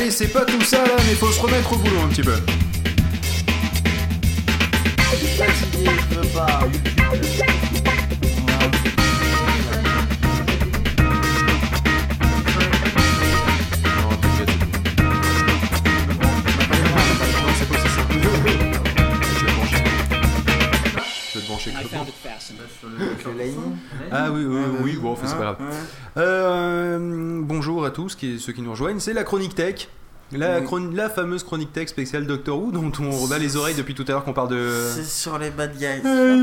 Allez, c'est pas tout ça là, mais faut se remettre au boulot un petit peu. Je suis fatigué, je veux pas. Ah oui, bon, c'est pas grave. Bonjour à tous, ceux qui nous rejoignent, c'est la Chronique Tech. La fameuse Chronique Tech spéciale Doctor Who dont on a les oreilles depuis tout à l'heure qu'on parle de... C'est sur les bad guys.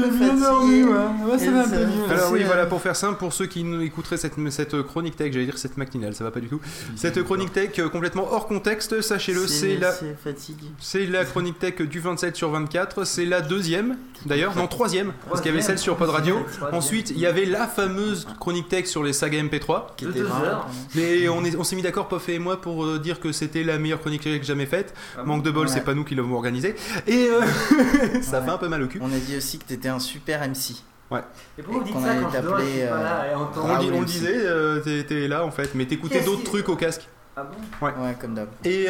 Alors oui, voilà, pour faire simple, pour ceux qui nous écouteraient cette Chronique Tech, j'allais dire cette matinale, ça va pas du tout. Cette Chronique Tech complètement hors contexte, sachez-le, c'est la Chronique Tech du 27/24, c'est la deuxième, d'ailleurs, non troisième, parce qu'il y avait celle sur Pod Radio. Ensuite, il y avait la fameuse Chronique Tech sur les sagas MP3. Qui était 2 heures. Et on s'est mis d'accord, Pof et moi, pour dire que c'était la meilleure chronique tech jamais faite. Manque de bol, c'est pas nous qui l'avons organisé. Et ça fait un peu mal au cul. On a dit aussi que t'étais un super MC. Ouais. Et pourquoi vous dites ça quand je dois, je suis pas là et on le disait, t'es là en fait, mais t'écoutais d'autres trucs au casque. Ah bon ? Ouais, comme d'hab. Et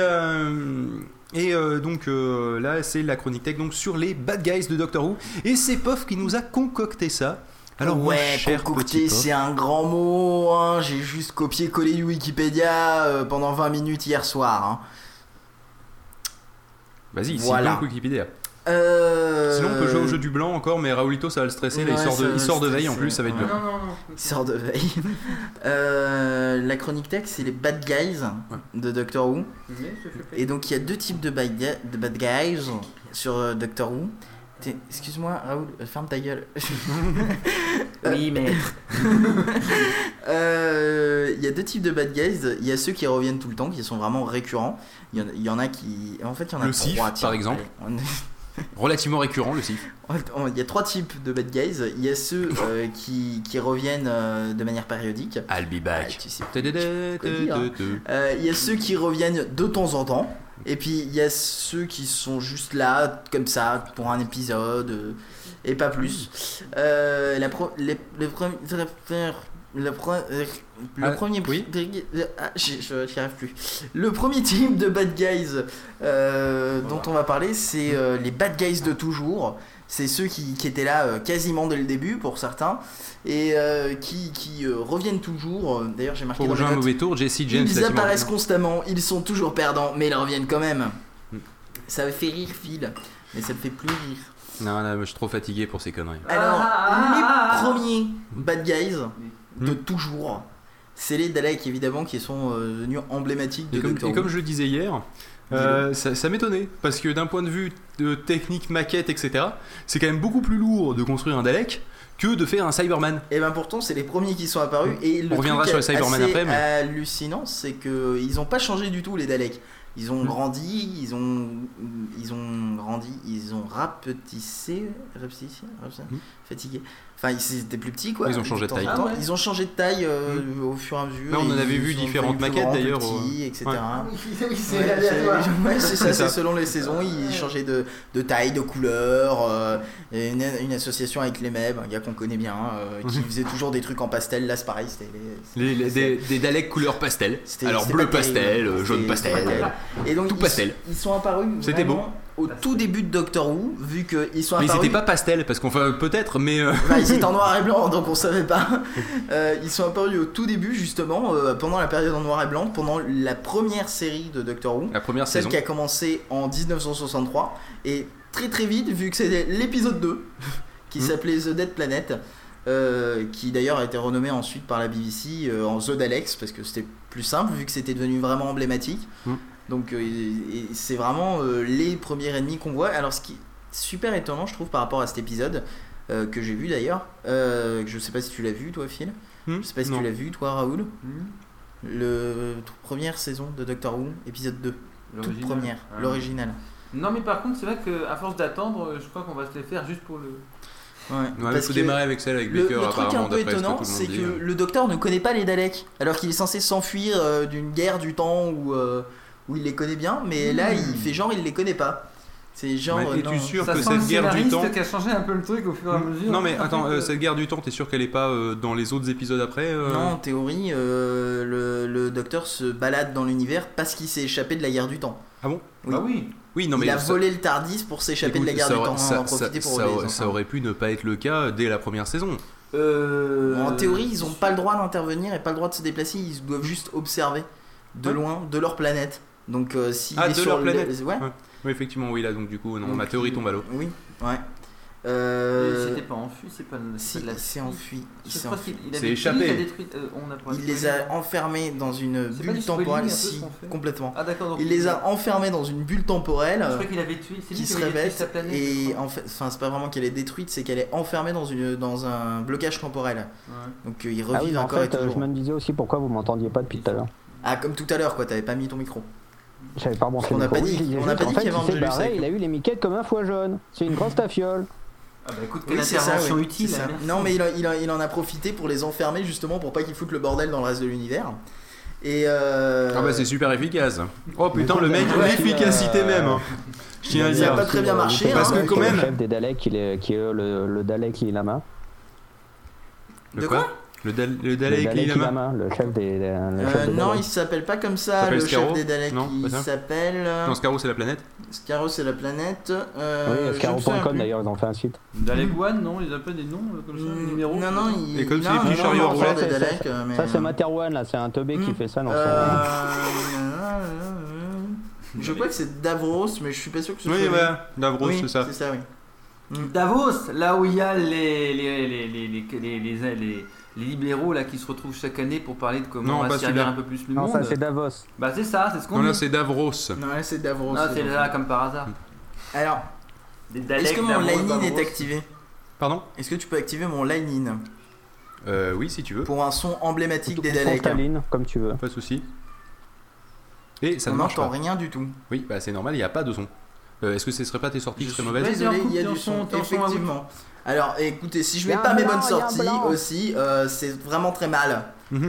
donc là, c'est la chronique tech donc sur les bad guys de Doctor Who. Et c'est Pof qui nous a concocté ça. Alors, concocter, c'est un grand mot, hein. J'ai juste copié-collé du Wikipédia pendant 20 minutes hier soir. Hein. Vas-y, voilà. C'est Wikipédia. Sinon, on peut jouer au jeu du blanc encore, mais Raoulito, ça va le stresser. Là, il sort de veille en plus, ça va être dur. Non. Il sort de veille. La chronique tech, c'est les bad guys de Doctor Who. Et donc, il y a 2 types de bad guys sur Doctor Who. Excuse-moi, Raoul, ferme ta gueule. Oui, mais. Il y a 2 types de bad guys. Il y a ceux qui reviennent tout le temps, qui sont vraiment récurrents. Il y en a qui. En fait, il y en a le 3. Sif, par exemple. Relativement récurrent, le Sif. Il y a 3 types de bad guys. Il y a ceux qui reviennent de manière périodique. I'll be back. Tu sais, il y a ceux qui reviennent de temps en temps. Et puis il y a ceux qui sont juste là comme ça pour un épisode et pas plus. Le premier oui. j'y arrive plus. Le premier type de bad guys dont on va parler, c'est les bad guys de toujours. C'est ceux qui étaient là quasiment dès le début pour certains et qui reviennent toujours. D'ailleurs, j'ai marqué pour jouer un mauvais tour, Jesse James. Ils apparaissent constamment, ils sont toujours perdants, mais ils reviennent quand même. Ça me fait rire, Phil, mais ça me fait plus rire. Non, je suis trop fatigué pour ces conneries. Alors, les premiers bad guys de toujours, c'est les Daleks évidemment qui sont devenus emblématiques de Doctor Who. Et comme je le disais hier, ça m'étonnait parce que d'un point de vue de technique, maquette, etc., c'est quand même beaucoup plus lourd de construire un Dalek que de faire un Cyberman. Et ben pourtant c'est les premiers qui sont apparus et on reviendra sur le Cyberman après. Mais hallucinant, c'est que ils ont pas changé du tout les Daleks. Ils ont grandi, ils ont rapetissé, fatigué. Enfin, ils étaient plus petits quoi. Ils ont changé de taille. Ils ont changé de taille au fur et à mesure. Là, on en avait vu différentes maquettes d'ailleurs. Petits, etc. Oui, c'est aléatoire. C'est ça, c'est selon les saisons, ils changeaient de taille, de couleur. Une association avec les Meb, un gars qu'on connaît bien, qui faisait toujours des trucs en pastel. Là, c'est pareil, c'était des Daleks couleur pastel. Alors bleu pastel, jaune pastel. Et donc, tout pastel. Ils sont apparus. C'était beau. Au tout début de Doctor Who, vu qu'ils sont mais apparus. Mais ils étaient pas pastel, parce qu'on fait peut-être, mais. Ils étaient en noir et blanc, donc on savait pas. Ils sont apparus au tout début, justement, pendant la période en noir et blanc, pendant la première série de Doctor Who. La première celle saison. Qui a commencé en 1963. Et très très vite, vu que c'était l'épisode 2, qui s'appelait The Dead Planet, qui d'ailleurs a été renommé ensuite par la BBC en The Daleks, parce que c'était plus simple, vu que c'était devenu vraiment emblématique. Donc c'est vraiment les premiers ennemis qu'on voit. Alors ce qui est super étonnant je trouve par rapport à cet épisode que j'ai vu d'ailleurs, je sais pas si tu l'as vu toi Phil, je sais pas si tu l'as vu toi Raoul, le première saison de Doctor Who, épisode 2, toute première, l'original. Non mais par contre c'est vrai qu'à force d'attendre je crois qu'on va se les faire juste pour le... Il faut démarrer avec celle avec Baker. Le truc un peu étonnant, c'est que le docteur ne connaît pas les Daleks, alors qu'il est censé s'enfuir d'une guerre du temps où il les connaît bien, mais là il fait genre il les connaît pas. C'est genre. Es-tu sûr ça que sent cette le guerre du temps. qui a changé un peu le truc au fur et à mesure. Non, mais attends, cette guerre du temps, t'es sûr qu'elle est pas dans les autres épisodes après Non, en théorie, le docteur se balade dans l'univers parce qu'il s'est échappé de la guerre du temps. Ah bon? Oui. Ah oui. Oui, non, mais il a volé le Tardis pour s'échapper de la guerre du temps. On en a profité pour voler les ça aurait pu ne pas être le cas dès la première saison. En théorie, ils n'ont pas le droit d'intervenir et pas le droit de se déplacer. Ils doivent juste observer de loin de leur planète. Donc, si de sur leur planète. Ouais. Oui, effectivement, oui, là, donc du coup, non, ma théorie tombe à l'eau. Oui, ouais. C'était pas enfui, c'est pas. C'est enfui. Je crois qu'il c'est échappé. Il les a enfermés dans une bulle temporelle. Si, complètement. Ah d'accord. Il les a enfermés dans une bulle temporelle. Je crois qu'il avait tué. Qui se révèle. Et en fait, c'est pas vraiment qu'elle est détruite, c'est qu'elle est enfermée dans un blocage temporel. Ouais. Donc ils revivent encore en fait, et toujours. Je me disais aussi pourquoi vous m'entendiez pas depuis tout à l'heure. Ah, comme tout à l'heure, quoi. T'avais pas mis ton micro. J'avais pas branché. On n'a pas dit qu'il y avait Angélus barré, il a eu les miquettes comme un foie jaune. C'est une grosse tafiole. Ah bah écoute, quelle intervention utile. Non, mais il en a profité pour les enfermer justement pour pas qu'ils foutent le bordel dans le reste de l'univers. Et Ah bah c'est super efficace. Oh putain, le mec, l'efficacité même. Je tiens à le dire. Ça a pas très bien marché. Parce que quand même. Le chef des Daleks, qui est le Dalek Lilama. De quoi? Le Dalek Lilama, le chef des non, il s'appelle pas comme ça, le chef des Daleks. Il s'appelle. Non, Scarrow, c'est la planète. Scarrow, c'est la planète. Oui, Scarrow.com d'ailleurs, ils ont fait un site. Dalek One, non, ils appellent des noms comme ça, des numéros. Non, et comme c'est les petits chariots en roulette. Ça, c'est Materwan, là, c'est un teubé qui fait ça dans Je crois que c'est Davros, mais je suis pas sûr que ce soit. Oui, ouais, Davros, c'est ça. C'est ça, oui. Davos, là où il y a les libéraux là qui se retrouvent chaque année pour parler de comment on va servir un peu plus le monde. Non, ça c'est Davos. Bah c'est ça, c'est ce qu'on dit. Non, là c'est Davros. Non, là c'est Davros. Non, c'est là comme par hasard. Alors, est-ce que mon line-in est activé? Pardon? Est-ce que tu peux activer mon line-in? Oui, si tu veux. Pour un son emblématique des Daleks. Comme tu veux. Pas de soucis. Et ça ne marche pas. On n'entend rien du tout. Oui, bah c'est normal, il n'y a pas de son. Est-ce que ce serait pas tes sorties qui seraient mauvaises? Désolé, il y a du son, effectivement. Alors écoutez, si je mets pas mes bonnes sorties aussi, c'est vraiment très mal.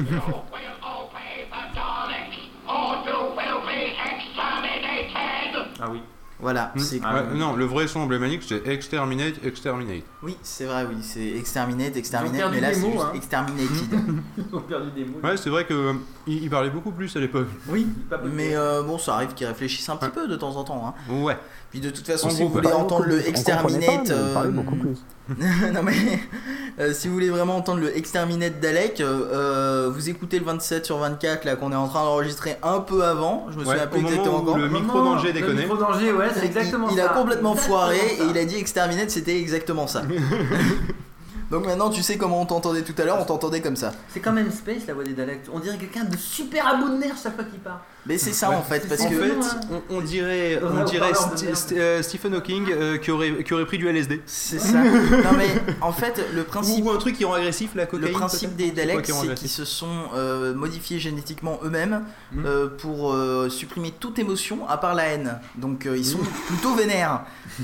Ah oui. Voilà, c'est non, le vrai son emblématique c'est Exterminate. Oui, c'est vrai, oui, c'est Exterminate, mais là c'est juste Exterminated. Ils ont perdu des mots. Ouais, c'est vrai que il parlait beaucoup plus à l'époque. Oui, mais bon, ça arrive qu'ils réfléchissent un petit peu de temps en temps. Hein. Ouais. Puis de toute façon, si vous voulez entendre le Exterminate, beaucoup plus. non mais si vous voulez vraiment entendre le Exterminate Dalek, vous écoutez le 27/24 là qu'on est en train d'enregistrer un peu avant. Je me souviens plus exactement quand. Le micro-danger déconne. Le micro-danger, ouais, c'est exactement ça. Il a complètement foiré et il a dit Exterminate, c'était exactement ça. Donc maintenant tu sais comment on t'entendait tout à l'heure, on t'entendait comme ça. C'est quand même space la voix des Daleks. On dirait quelqu'un de super à bout de nerfs chaque fois qu'il parle. Mais c'est ça en fait, parce en que fait, on dirait Stephen Hawking qui aurait pris du LSD. C'est ça. Non mais en fait le principe ou un truc qui rend agressif, la cocaïne. Le principe des Daleks, c'est qu'ils se sont modifiés génétiquement eux-mêmes pour supprimer toute émotion à part la haine. Donc ils sont plutôt vénères.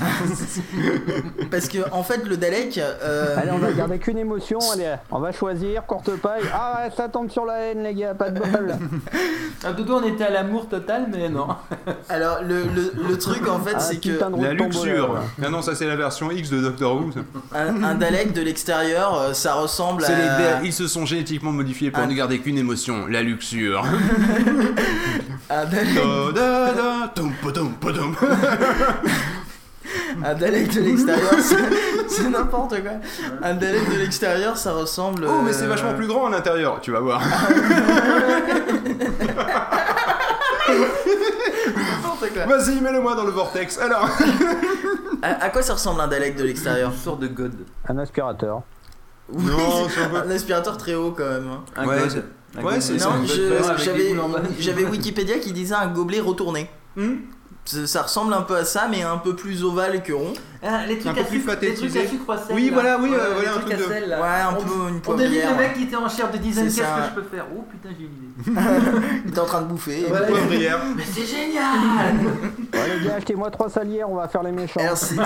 Parce que en fait le Dalek. Allez, on va garder qu'une émotion. Allez, on va choisir courte paille. Ah ouais, ça tombe sur la haine les gars, pas de bol. À Dodo on était à l'amour total, mais non. Alors le truc en fait c'est que la luxure. Ah non, ça c'est la version X de Doctor Who. Un Dalek de l'extérieur, ça ressemble à. Ils se sont génétiquement modifiés pour ne garder qu'une émotion, la luxure. Un Dalek de l'extérieur, c'est n'importe quoi. Un Dalek de l'extérieur, ça ressemble. Oh, mais c'est vachement plus grand à l'intérieur, tu vas voir. Vas-y, mets-le-moi dans le vortex. Alors. À quoi ça ressemble un Dalek de l'extérieur? Une sorte de god. Un aspirateur. Oui, non, un aspirateur très haut quand même. Un god. Ouais, c'est non, j'avais Wikipédia qui disait un gobelet retourné. Ça ressemble un peu à ça, mais un peu plus ovale que rond. Les trucs à sucre à sel. Oui, voilà, oui, voilà un truc à sel. Ouais, un peu une poivrière. On devine le mec qui était en chair de design, qu'est-ce que je peux faire? Oh putain, j'ai une idée. Il était en train de bouffer. Une poivrière. Mais c'est génial. Ouais, les gars, achetez-moi 3 salières, on va faire les méchants.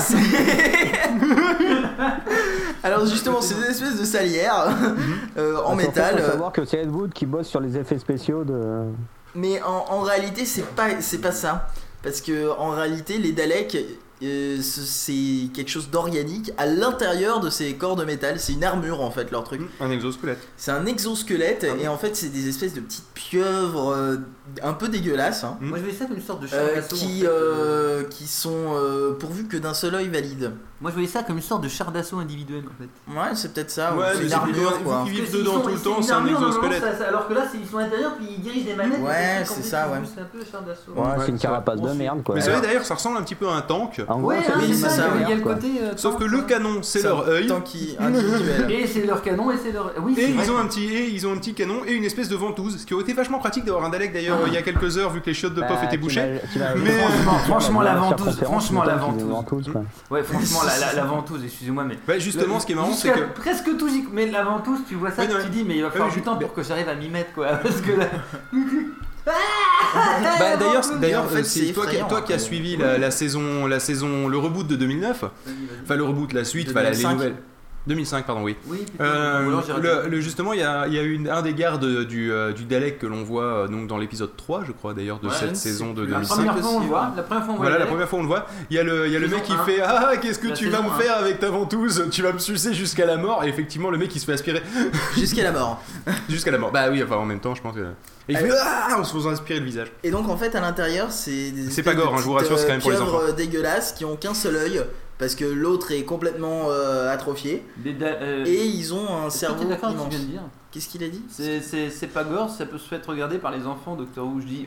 Alors justement, c'est des espèces de salières en métal. Il faut savoir que c'est Ed Wood qui bosse sur les effets spéciaux de... Mais en réalité, c'est pas ça. Parce que en réalité, les Daleks, c'est quelque chose d'organique à l'intérieur de ces corps de métal. C'est une armure en fait, leur truc. Un exosquelette. C'est un exosquelette et en fait c'est des espèces de petites pieuvres un peu dégueulasses. Hein, Moi je voyais ça comme une sorte de char d'assaut. Qui sont pourvus que d'un seul œil valide. Moi je voyais ça comme une sorte de char d'assaut individuel en fait. Ouais, c'est peut-être ça. Ouais, c'est une armure quoi. Ils vivent dedans tout le temps, c'est un exosquelette. Alors que là ils sont à l'intérieur puis ils dirigent des manettes. Ouais, c'est ça, ouais. C'est un peu le char d'assaut. Ouais, c'est une carapace de merde quoi. Mais vous savez d'ailleurs, ça ressemble un petit peu à un tank. En gros, Ouais, oui, c'est ça, il y a le quoi. côté. Sauf que le canon, c'est leur œil. Tanky individuel. Et c'est leur canon et c'est leur. Oui, Et c'est vrai. ils ont un petit canon et une espèce de ventouse, ce qui aurait été vachement pratique d'avoir un Dalek d'ailleurs il y a quelques heures vu que les chiottes de Pof étaient bouchées. Mais franchement, la ventouse. Ouais, franchement, Ouais, la ventouse, excusez-moi, mais. Bah justement, ce qui est marrant, c'est que presque tout, mais la ventouse, tu vois ça, tu dis, mais il va falloir du temps pour que j'arrive à m'y mettre, quoi. Parce que là. bah d'ailleurs, en fait, c'est c'est toi effrayant, qui as suivi la saison, le reboot de 2009, enfin le reboot, la suite, enfin les 2005. nouvelles. 2005, pardon, oui. Oui, putain, Justement, il y a eu un des gardes du Dalek que l'on voit donc dans l'épisode 3, je crois d'ailleurs, de cette saison de 2005. La première fois on le voit. La première fois on voit. Voilà, la première fois on le voit. Il y a le mec qui fait ah, qu'est-ce que tu vas me faire avec ta ventouse? Tu vas me sucer jusqu'à la mort. Et effectivement, le mec il se fait aspirer Jusqu'à la mort. jusqu'à la mort. Bah oui, enfin en même temps, je pense que. Et il fait ah, en se faisant aspirer le visage. Et donc en fait à l'intérieur c'est pas gore, je vous rassure, c'est quand même pour les enfants. pieuvres dégueulasses qui ont qu'un seul œil parce que l'autre est complètement atrophié et ils ont un cerveau immense. Qu'est-ce qu'il a dit? C'est pas gore, ça peut se faire regarder par les enfants, Docteur Who. Je dis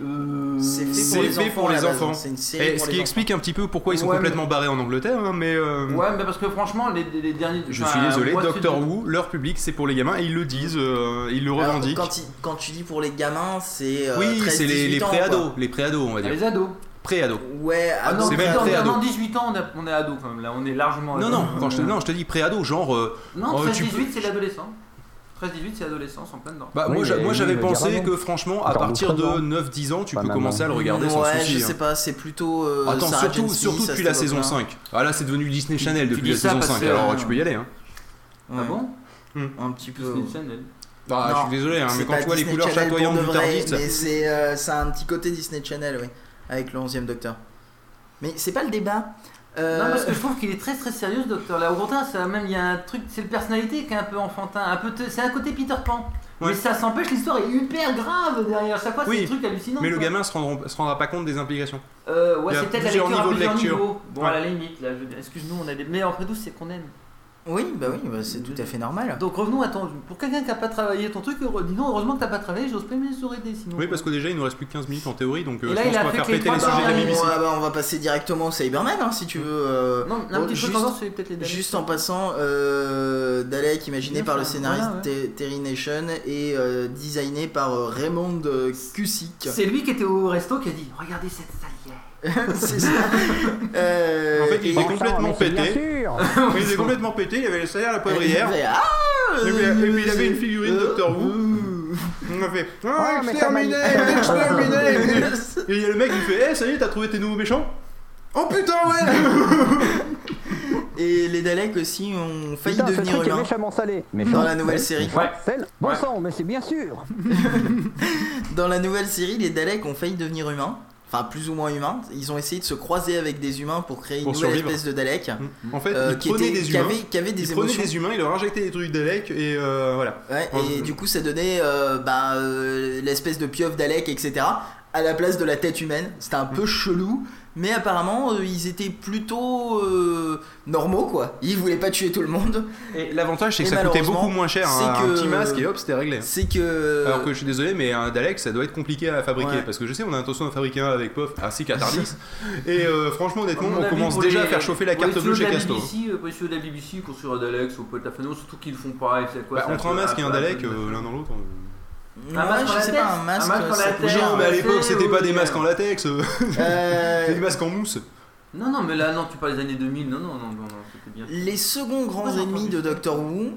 c'est fait pour les enfants. C'est une série et ce qui explique un petit peu pourquoi ils sont complètement barrés en Angleterre, hein, mais ouais, mais parce que franchement les derniers. Je suis désolé, Doctor Who, leur public c'est pour les gamins et ils le disent, ils le revendiquent. Alors, quand tu dis pour les gamins, c'est oui, 13, c'est les préados, les préados on va dire. Les ados. Préados. Ouais, non, c'est même préado. Dans 18 ans, on est ado quand même. Là, on est largement. Non, je te dis préado, genre. Non, 13-18, c'est l'adolescent. 13-18, c'est l'adolescence en plein dedans. Bah, oui, moi j'avais pensé que franchement, à Encore partir de 12 ans. 9-10 ans, tu Pas peux mal, commencer à le hein. regarder sans souci. je sais hein. pas, c'est plutôt. Attends, Sarah Jane surtout Smith, depuis à la cette saison époque-là. 5. Ah là, c'est devenu Disney Channel depuis dis la ça saison parce 5, que, alors tu peux y aller. Hein. Ah bon Un petit peu. Disney Channel. Bah, je suis désolé, hein, mais C'est quand pas tu vois les Disney couleurs Channel chatoyantes pour du de vrai, Tardis. mais c'est un petit côté Disney Channel, oui, avec le 11e Docteur. Mais c'est pas le débat. Non, parce que je trouve qu'il est très très sérieux ce Docteur là. Au contraire, il y a un truc, c'est le personnalité qui est un peu enfantin, c'est un côté Peter Pan. Ouais. Mais ça s'empêche, l'histoire est hyper grave derrière. Chaque fois, c'est des trucs hallucinants. Mais le quoi. gamin se rendra pas compte des implications. Ouais, Il y a c'est peut-être la plusieurs lecture à niveaux de plusieurs lecture. niveaux. Bon, Ouais. à la limite, là, excuse-nous, on a des. Mais après tout, c'est qu'on aime. Oui, c'est tout à fait normal. Donc revenons à ton. Pour quelqu'un qui a pas travaillé ton truc, dis donc, heureusement que t'as pas travaillé, j'ose pas les aurais aidé sinon. Oui, parce que déjà il nous reste plus que 15 minutes en théorie, donc je Et là, pense il a qu'on va fait faire que les péter les trois sujets de la barres, BBC. On va passer directement au Cyberman hein, si tu veux. Non, un petit peu tendance, c'est peut-être les Daleks. Juste en passant, Dalek imaginé par le scénariste Terry Nation et designé par Raymond Cusick. C'est lui qui était au resto qui a dit regardez cette salière. C'est ça. En fait, il était complètement pété. Il était complètement pété, il avait le salaire à la poivrière. Et puis il avait une figurine Doctor Who. On a fait exterminé. Et il y a le mec qui fait ça y est, t'as trouvé tes nouveaux méchants? Oh putain, ouais. Et les Daleks aussi ont failli devenir humains méchamment salé. dans la nouvelle série. Bon sang, mais c'est bien sûr. Dans la nouvelle série, les Daleks ont failli devenir humains. Enfin, plus ou moins humains. Ils ont essayé de se croiser avec des humains pour créer une nouvelle espèce de Dalek. En fait, ils prenaient des humains. Qui avaient des ils émotions. prenaient des humains, ils leur injectaient des trucs Dalek et voilà. Ouais, et du coup, ça donnait l'espèce de pieuvre Dalek, etc. à la place de la tête humaine. C'était un peu chelou. Mais apparemment, ils étaient plutôt normaux, quoi. Ils voulaient pas tuer tout le monde. Et l'avantage, c'est que ça coûtait beaucoup moins cher. Un petit masque et hop, c'était réglé. C'est que. Alors que je suis désolé, mais un Dalek, ça doit être compliqué à fabriquer. Parce que je sais, on a l'intention d'en fabriquer un avec Pof, ainsi qu'à Tardis. Et franchement, honnêtement, on commence déjà à faire chauffer la carte bleue chez Casto. Pour les studios de la BBC, construire un Dalek, ça peut être la fin, surtout qu'ils le font pareil. Entre un masque et un Dalek, l'un dans l'autre. Je sais pas, un masque en latex. Non, mais à l'époque, c'était pas des masques en latex. C'était des masques en mousse. Non, mais là, non, tu parles des années 2000. Non, c'était bien. Les seconds grands ennemis de Doctor Who,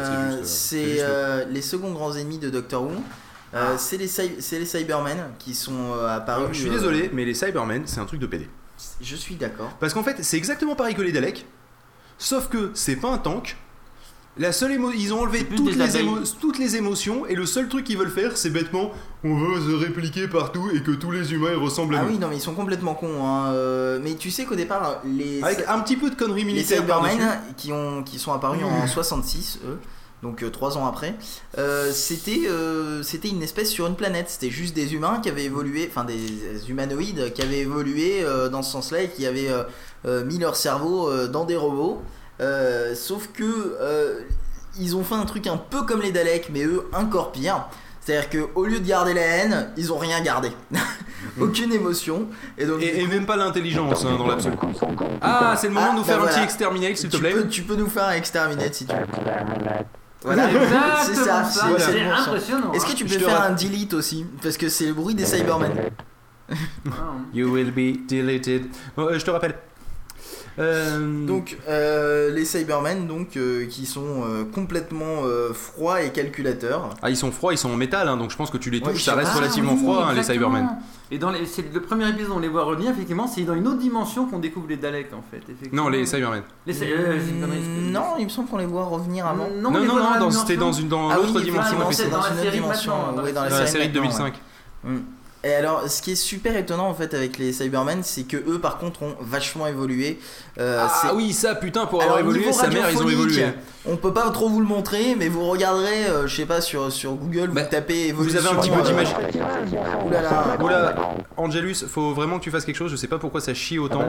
les seconds grands ennemis de Doctor Who, c'est les Cybermen qui sont apparus. Je suis désolé, mais les Cybermen, c'est un truc de PD. Je suis d'accord. Parce qu'en fait, c'est exactement pareil que les Daleks, sauf que c'est pas un tank. Ils ont enlevé toutes les émotions et le seul truc qu'ils veulent faire, c'est bêtement, on veut se répliquer partout et que tous les humains ils ressemblent à nous. Ah oui, non mais ils sont complètement cons. Hein. Mais tu sais qu'au départ, avec un petit peu de conneries militaires, les Cybermen qui sont apparus en 66, eux. Donc 3 ans après, c'était une espèce sur une planète. C'était juste des humains qui avaient évolué, enfin des humanoïdes qui avaient évolué dans ce sens-là et qui avaient mis leur cerveau dans des robots. Sauf que ils ont fait un truc un peu comme les Daleks, mais eux encore pire. C'est-à-dire qu'au lieu de garder la haine, ils ont rien gardé. Aucune émotion. Et même pas l'intelligence dans l'absolu. Ah, c'est le moment de nous faire un petit exterminate, s'il te plaît. Tu peux nous faire un exterminate si tu veux. Voilà, c'est ça. C'est impressionnant. Est-ce que tu peux faire un delete aussi? Parce que c'est le bruit des Cybermen. You will be deleted. Je te rappelle. Donc les Cybermen qui sont complètement froids et calculateurs. Ah, ils sont froids, ils sont en métal, hein, donc je pense que tu les touches, ça reste relativement froid, hein, les Cybermen. Et c'est le premier épisode, on les voit revenir, effectivement, c'est dans une autre dimension qu'on découvre les Daleks en fait. Non, les Cybermen. Non, il me semble qu'on les voit revenir avant. Non, c'était dans l'autre dimension. C'est dans une autre dimension, dans la série de 2005. Et alors, ce qui est super étonnant en fait avec les Cybermen, c'est que eux par contre ont vachement évolué. Oui, ça putain, pour avoir évolué, sa mère, ils ont évolué. On peut pas trop vous le montrer, mais vous regarderez, je sais pas, sur Google, vous tapez évolution. Vous avez un petit peu d'image. Oula, Angelus, faut vraiment que tu fasses quelque chose, je sais pas pourquoi ça chie autant.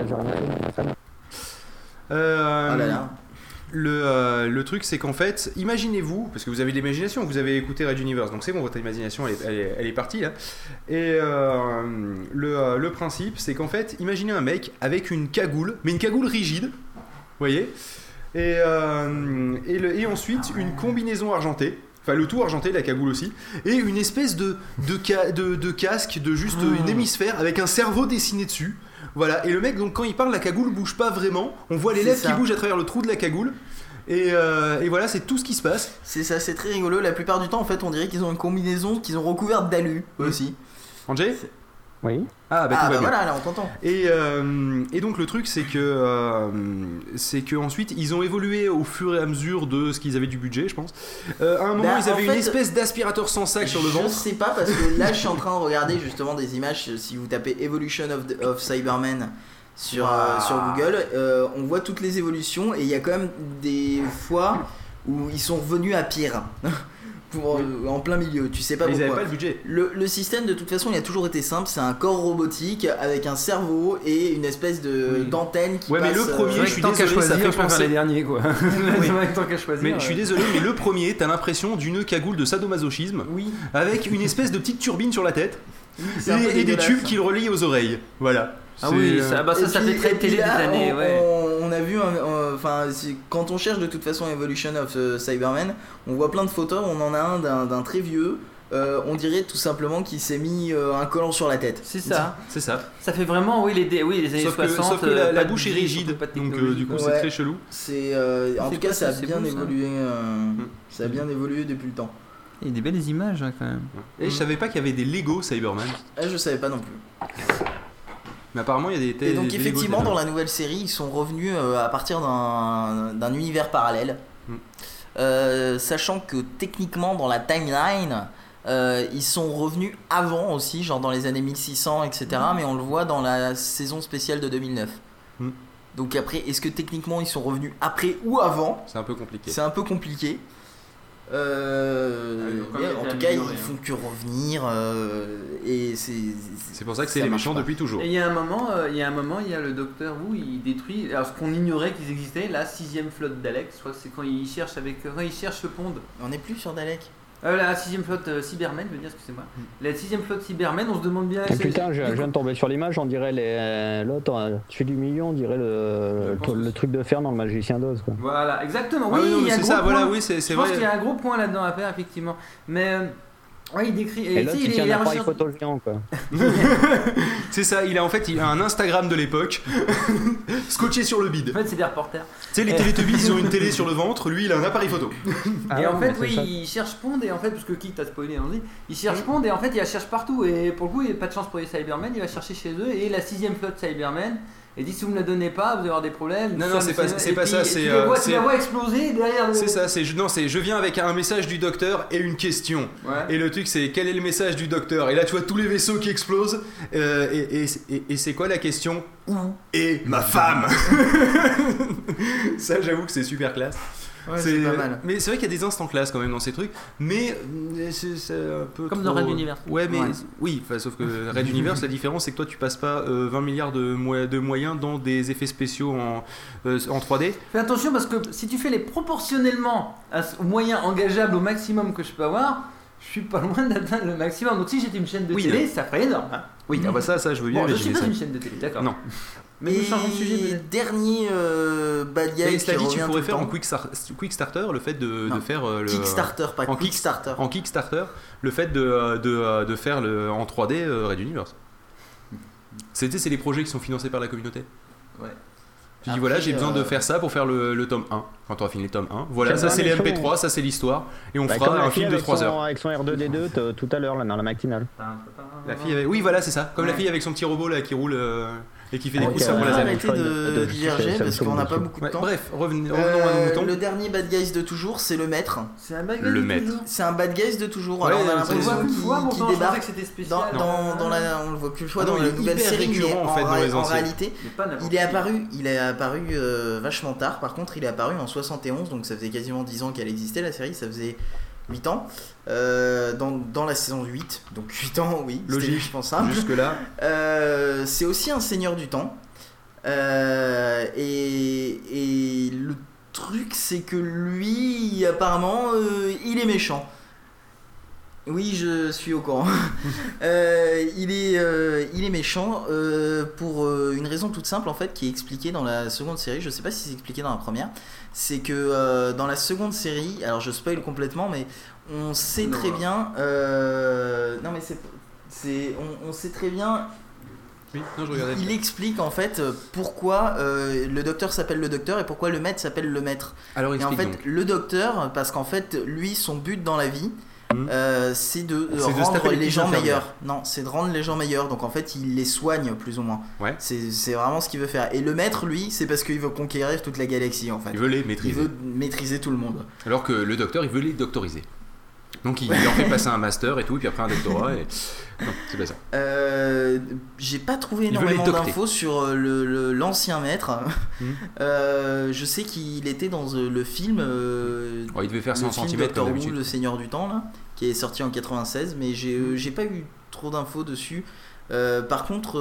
Le truc, c'est qu'en fait, imaginez-vous, parce que vous avez de l'imagination, vous avez écouté Red Universe, donc c'est bon, votre imagination elle est partie là. Et le principe, c'est qu'en fait, imaginez un mec avec une cagoule, mais une cagoule rigide, vous voyez, et ensuite une combinaison argentée. Enfin, le tout argenté, la cagoule aussi, et une espèce de casque, de juste une hémisphère avec un cerveau dessiné dessus. Voilà, et le mec, donc quand il parle, la cagoule bouge pas vraiment. On voit les lèvres qui bougent à travers le trou de la cagoule. Et voilà, c'est tout ce qui se passe. C'est ça, c'est très rigolo. La plupart du temps, en fait, on dirait qu'ils ont une combinaison qu'ils ont recouverte d'alu aussi. Angé ? Oui. Ah bah voilà, là on t'entend. Et donc le truc c'est que ensuite ils ont évolué au fur et à mesure de ce qu'ils avaient du budget, je pense. À un moment ils avaient une espèce d'aspirateur sans sac sur le ventre. Je sais pas, parce que là je suis en train de regarder justement des images. Si vous tapez Evolution of Cybermen sur Google, on voit toutes les évolutions et il y a quand même des fois où ils sont revenus à pire. En plein milieu, tu sais pas pourquoi. Ils avaient pas le budget. Le système de toute façon il a toujours été simple, c'est un corps robotique avec un cerveau et une espèce d'antenne qui passe. Mais le premier, je suis désolé, ça fait penser les derniers quoi. Tant qu'à choisir. Mais je suis désolé, mais le premier, t'as l'impression d'une cagoule de sadomasochisme, avec une espèce de petite turbine sur la tête et des tubes qui le relient aux oreilles. Voilà. Ah oui, ça fait très télé des années. On a vu, quand on cherche de toute façon Evolution of Cybermen, on voit plein de photos. On en a un d'un très vieux. On dirait tout simplement qu'il s'est mis un collant sur la tête. C'est ça. Ça fait vraiment les années 60. Sauf que la bouche est rigide, donc du coup c'est très chelou. En tout cas, ça a bien évolué. Ça a bien évolué depuis le temps. Il y a des belles images quand même. Et je savais pas qu'il y avait des Lego Cybermen. Je savais pas non plus. Mais apparemment il y a des Et donc effectivement dans la nouvelle série ils sont revenus à partir d'un univers parallèle, sachant que techniquement dans la timeline ils sont revenus avant aussi, genre dans les années 1600 etc. Mais on le voit dans la saison spéciale de 2009. Donc après, est-ce que techniquement ils sont revenus après ou avant? C'est un peu compliqué. En tout cas, ils font que revenir et c'est pour ça que c'est les méchants depuis toujours. Et il y a un moment, il y a le docteur Wu, il détruit, alors ce qu'on ignorait qu'ils existaient, la 6ème flotte Dalek. Je crois que c'est quand il cherche ce pont. On n'est plus sur Dalek. La 6ème flotte Cybermen, je veux dire, excusez-moi. La 6ème flotte Cybermen, on se demande bien. Putain, je viens de tomber sur l'image, on dirait l'autre, celui du milieu, on dirait le truc de fer dans le Magicien d'Oz. Quoi. Voilà, exactement. Il y a un gros point. C'est je pense qu'il y a un gros point là-dedans à faire, effectivement. Mais. il décrit. Et l'autre, il tient un appareil photo géant, quoi. C'est ça, il a un Instagram de l'époque, scotché sur le bide. En fait, c'est des reporters. Tu sais, les Télétubbies, ils ont une télé sur le ventre, lui, il a un appareil photo. Et en fait, il cherche Pond, et en fait, parce que qui t'a spoilé, on dit, il cherche Pond, et en fait, il la cherche partout. Et pour le coup, il n'y a pas de chance pour les Cybermen, il va chercher chez eux, et la 6ème flotte Cybermen Et dit si vous me la donnez pas, vous allez avoir des problèmes. Non, c'est pas ça. Tu la vois exploser derrière. C'est ça. Je viens avec un message du docteur et une question. Ouais. Et le truc c'est quel est le message du docteur. Et là tu vois tous les vaisseaux qui explosent. Et c'est quoi la question? Où est ma femme? Ça j'avoue que c'est super classe. Ouais, c'est pas mal. Mais c'est vrai qu'il y a des instants classe quand même dans ces trucs, mais c'est un peu comme trop... dans Red Universe. Ouais, mais oui, sauf que Red Universe, la différence c'est que toi tu passes pas 20 milliards de moyens dans des effets spéciaux en 3D. Fais attention parce que si tu fais les proportionnellement aux moyens engageables au maximum que je peux avoir, je suis pas loin d'atteindre le maximum. Donc si j'étais une chaîne de télé, ça ferait énorme. Hein. Oui, ah bah ça je veux bien. Bon, je suis pas une chaîne de télé, d'accord. Non. Mais sujet, dernier bad guy qui dit, tu pourrais tout faire en Quickstarter le fait de faire le Kickstarter, pas Quickstarter. En Kickstarter, le fait de faire en 3D Red Universe. C'est les projets qui sont financés par la communauté. Ouais. Tu dis voilà, j'ai besoin de faire ça pour faire le tome 1. Quand tu auras fini le tome 1. Voilà, ça c'est les MP3, ça c'est l'histoire. Et on fera un film de 3 heures. Avec son R2D2 tout à l'heure, là, dans la matinale. La fille avait... Oui, voilà, c'est ça. Comme la fille avec son petit robot là qui roule et qui fait des coups sur la laser. Arrêtez de diverger parce qu'on n'a pas beaucoup de temps. Bref, revenons à nos moutons. Le dernier bad guys de toujours, c'est le maître. C'est un bad guys de toujours. C'est un bad guys de toujours. Ouais, alors on a l'impression qu'il débarque. On le voit qu'une fois dans la nouvelle série, mais en réalité, il est apparu vachement tard. Par contre, il est apparu en 71, donc ça faisait quasiment 10 ans qu'elle existait la série. Ça faisait 8 ans dans la saison 8, donc 8 ans, oui, logique, je pense ça. Jusque là c'est aussi un seigneur du temps et le truc c'est que lui apparemment il est méchant. Oui, je suis au courant. Il est méchant pour une raison toute simple en fait qui est expliquée dans la seconde série. Je sais pas si c'est expliqué dans la première. C'est que dans la seconde série, alors je spoil complètement, mais on sait très bien. Non mais on sait très bien. Oui, non, je regardais. Il explique en fait pourquoi le docteur s'appelle le docteur et pourquoi le maître s'appelle le maître. Alors et en fait, donc. Le docteur, parce qu'en fait, lui, son but dans la vie. C'est de rendre les gens meilleurs. Non, c'est de rendre les gens meilleurs. Donc en fait, il les soigne plus ou moins. Ouais. C'est vraiment ce qu'il veut faire. Et le maître, lui, c'est parce qu'il veut conquérir toute la galaxie en fait. Il veut les maîtriser. Il veut maîtriser tout le monde. Alors que le docteur, il veut les doctoriser. Donc il leur fait passer un master et tout, et puis après un doctorat. Et... Non, c'est pas ça. J'ai pas trouvé énormément d'infos sur l'ancien maître. Je sais qu'il était dans le film. Il devait faire 100 cm Doctor Who, le Seigneur du Temps, là, qui est sorti en 96, mais j'ai pas eu trop d'infos dessus. Par contre,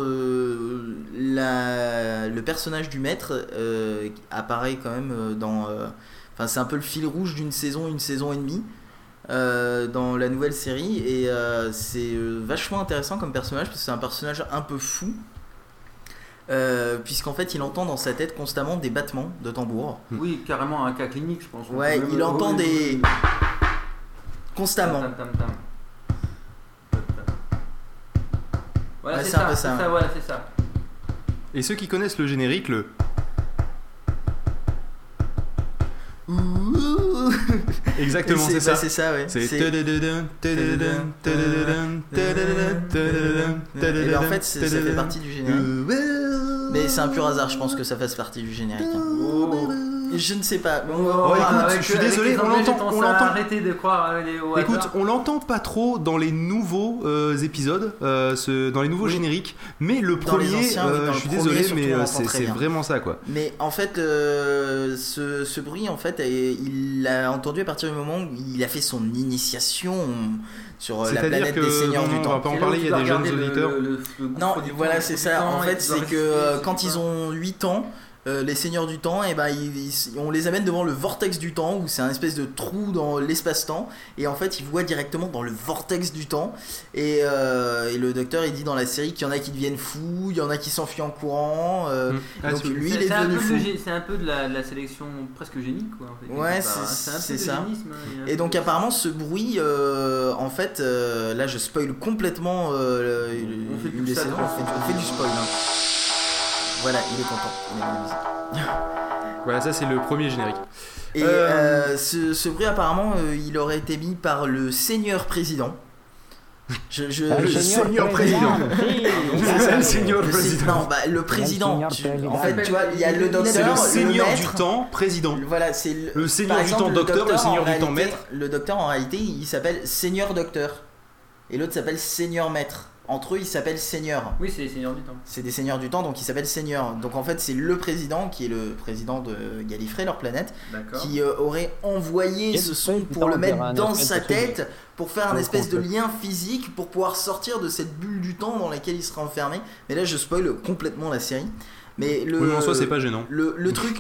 le personnage du maître apparaît quand même dans. Enfin, c'est un peu le fil rouge d'une saison, une saison et demie. Dans la nouvelle série et c'est vachement intéressant comme personnage parce que c'est un personnage un peu fou puisqu'en fait il entend dans sa tête constamment des battements de tambour. Oui, carrément un cas clinique je pense. Ouais, il entend des... constamment. Voilà, ouais, c'est ça. Voilà, c'est ça. Et ceux qui connaissent le générique, le... Exactement, c'est ça. C'est ça, ouais. C'est... Et ben en fait, ça fait partie du générique. Mais c'est un pur hasard, je pense que ça fasse partie du générique. Je ne sais pas. Je suis désolé, on l'entend. Arrêtez de croire au hasard. Écoute, on l'entend pas trop dans les nouveaux épisodes, dans les nouveaux génériques, mais le premier, anciens, je suis désolé, mais c'est vraiment ça, quoi. Mais en fait, ce bruit, en fait, il l'a entendu à partir du moment où il a fait son initiation sur la planète des Seigneurs du Temps. On va pas en parler, il y a des jeunes auditeurs. Non, voilà, c'est ça. En fait, c'est que quand ils ont 8 ans, les Seigneurs du Temps, et ben on les amène devant le vortex du temps où c'est un espèce de trou dans l'espace-temps et en fait ils voient directement dans le vortex du temps et le docteur il dit dans la série qu'il y en a qui deviennent fous, il y en a qui s'enfuient en courant donc lui il est devenu fou. C'est un peu de la sélection presque génique quoi, en fait. Ouais, c'est ça. Et donc apparemment ce bruit en fait là je spoil complètement une des saisons, on fait du spoil Voilà, il est content. Il a la musique. Voilà, ça c'est le premier générique. Et ce bruit apparemment, il aurait été mis par le Seigneur Président. Seigneur président. C'est ça, le seigneur président. Non, le président. En fait, tu vois, il y a le docteur. C'est le seigneur du temps président. Voilà, c'est le seigneur du temps docteur, le seigneur du temps maître. Le docteur, en réalité, il s'appelle seigneur docteur. Et l'autre s'appelle seigneur maître. Entre eux, ils s'appellent seigneurs. Oui, c'est les seigneurs du temps. C'est des seigneurs du temps, donc ils s'appellent seigneurs. Donc en fait, c'est le président qui est le président de Gallifrey, leur planète, qui aurait envoyé ce son pour le mettre dans sa tête, pour faire un espèce de lien physique, pour pouvoir sortir de cette bulle du temps dans laquelle il serait enfermé. Mais là, je spoil complètement la série. Mais en soi, c'est pas gênant. Le truc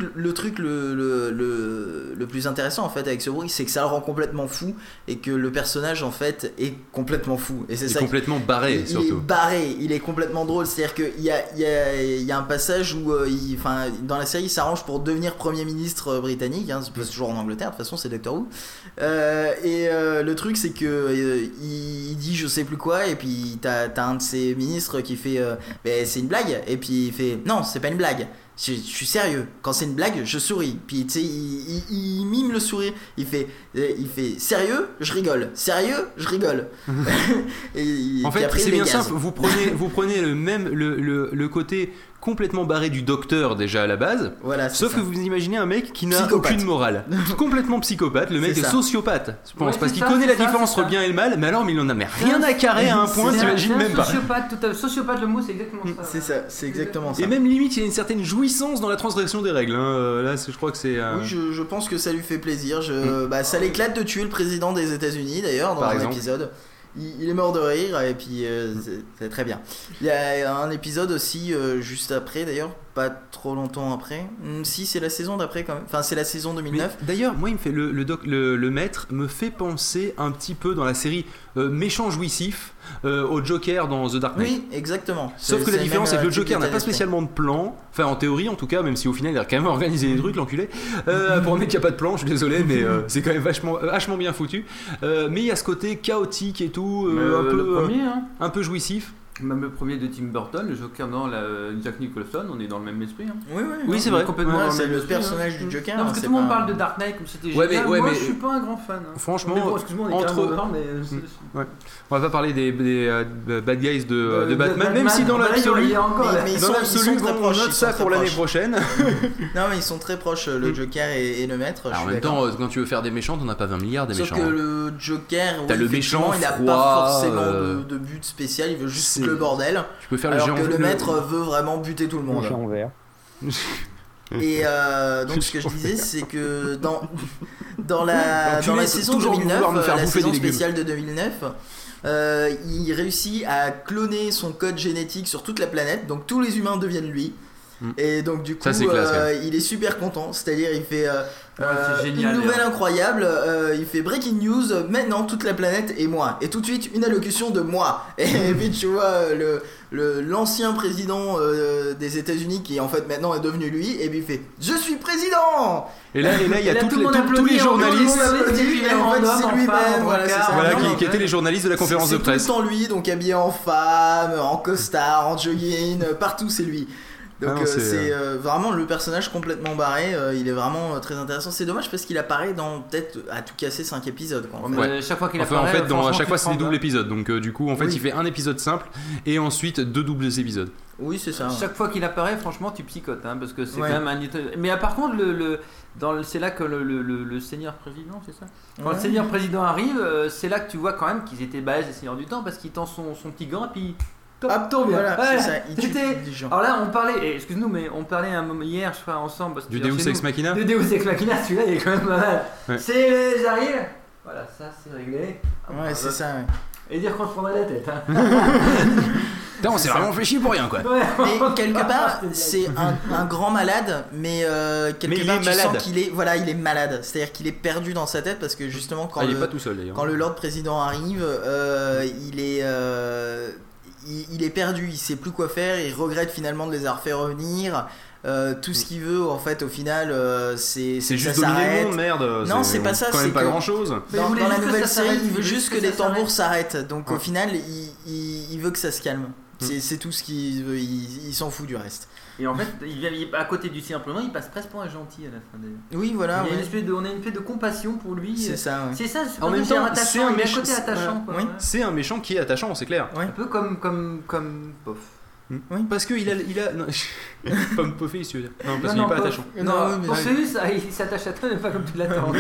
le plus intéressant en fait avec ce bruit, c'est que ça le rend complètement fou et que le personnage en fait est complètement fou. Et c'est ça. Complètement barré surtout. Il est barré, il est complètement drôle. C'est-à-dire qu'il y a un passage où, dans la série, il s'arrange pour devenir Premier ministre britannique. C'est toujours en Angleterre. De toute façon, c'est Doctor Who. Le truc, c'est que il dit je sais plus quoi, et puis t'as un de ses ministres qui fait c'est une blague, et puis il fait non, c'est pas une blague, je suis sérieux, quand c'est une blague je souris, puis tu sais il mime le sourire, il fait sérieux je rigole, sérieux je rigole. En fait c'est bien simple, vous prenez le même le côté complètement barré du docteur déjà à la base, sauf que vous imaginez un mec qui n'a aucune morale, complètement psychopathe, le mec est sociopathe, je pense, parce qu'il connaît la différence entre le bien et le mal, mais alors il en a rien à carrer à un point, t'imagines même pas. Sociopathe, le mot c'est exactement ça. C'est ça, c'est exactement ça. Et même limite il y a une certaine jouissance dans la transgression des règles, là je crois que c'est... Oui, je pense que ça lui fait plaisir, ça l'éclate de tuer le président des États-Unis d'ailleurs dans un épisode. Il est mort de rire, et puis c'est très bien. Il y a un épisode aussi juste après d'ailleurs, pas trop longtemps après. Si, c'est la saison d'après quand même. Enfin, c'est la saison 2009. Mais, d'ailleurs, moi, il me fait le maître me fait penser un petit peu dans la série méchant jouissif au Joker dans The Dark Knight. Oui, exactement. Sauf que la différence, c'est que le Joker n'a pas spécialement de plan. Enfin, en théorie, en tout cas, même si au final, il a quand même organisé des trucs, l'enculé. Pour un mec qui a pas de plan, je suis désolé, mais c'est quand même vachement bien foutu. Mais il y a ce côté chaotique et tout, un peu jouissif. Même le premier de Tim Burton, le Joker dans Jack Nicholson, on est dans le même esprit. Oui, c'est vrai. C'est le personnage du Joker. Non, parce que tout le monde parle de Dark Knight comme c'était génial. Moi, je suis pas un grand fan. Franchement, mais bon, excuse-moi, on est entre on va pas parler des bad guys de Batman, même si dans l'absolu, on note ça pour l'année prochaine. Non, mais ils sont très proches, le Joker et le maître. En même temps, quand tu veux faire des méchants, t'en as pas 20 milliards des méchants. Sauf que le Joker, t'as le méchant, il a pas forcément de but spécial, il veut juste le bordel. Tu peux faire alors que le maître veut vraiment buter tout le monde. Et donc ce que je disais, c'est que dans la saison 2009, la saison spéciale de 2009, il réussit à cloner son code génétique sur toute la planète, donc tous les humains deviennent lui. Et donc du coup il est super content, c'est-à-dire il fait génial, une nouvelle incroyable, il fait breaking news, maintenant toute la planète est moi, et tout de suite une allocution de moi, et puis tu vois l'ancien président des États-Unis qui en fait maintenant est devenu lui, et puis il fait je suis président, et là il y a tous les journalistes, en fait c'est lui-même, qui étaient les journalistes de la conférence de presse, c'est tout le temps lui, donc habillé en femme, en costard, en jogging, partout c'est lui. Donc c'est vraiment le personnage complètement barré, il est vraiment très intéressant. C'est dommage parce qu'il apparaît dans peut-être à tout casser 5 épisodes quoi, en fait. Chaque fois qu'il apparaît, en fait, à chaque fois c'est des doubles épisodes, donc du coup en fait il fait un épisode simple et ensuite 2 doubles épisodes. Oui, c'est ça. Chaque fois qu'il apparaît, franchement tu psychotes, parce que c'est quand même un... Mais par contre c'est là que le seigneur président, c'est ça, quand le seigneur président arrive, c'est là que tu vois quand même qu'ils étaient balèzes les seigneurs du temps, parce qu'il tend son petit gant et puis voilà, c'est ça. Alors là, on parlait, excuse-nous, mais on parlait un moment hier, je crois, ensemble. Du Deus Ex Machina. Du Deus Ex Machina, celui-là, il est quand même pas mal. J'arrive. Voilà, ça, c'est réglé. C'est ça, Et dire qu'on se prendrait la tête. On s'est vraiment fait chier pour rien, quoi. Mais quelque part, c'est un grand malade, mais quelque part, tu sens qu'il est, il est malade. C'est-à-dire qu'il est perdu dans sa tête parce que justement, quand il est pas tout seul d'ailleurs. Quand le Lord Président arrive, il est perdu, il sait plus quoi faire, il regrette finalement de les avoir fait revenir. Tout ce qu'il veut en fait au final c'est juste dominer le monde, merde. Non, c'est pas ça, quand même pas grand chose. Dans la nouvelle série, il veut juste que les tambours s'arrêtent. Donc au final, il veut que ça se calme. C'est tout ce qu'il veut, il s'en fout du reste. Et en fait, à côté du simplement, il passe presque pour un gentil à la fin des... Oui, voilà. On a une espèce de compassion pour lui. C'est ça. Ouais. C'est ça. En même temps, c'est un méchant. Côté attachant. Quoi, oui. C'est un méchant qui est attachant, c'est clair. Ouais. Un peu comme Pof. Oui. Parce qu'il a non, comme Poffé, si tu veux dire. Non, parce qu'il est pas attachant. Non, il s'attache à toi, mais pas comme tu l'attends.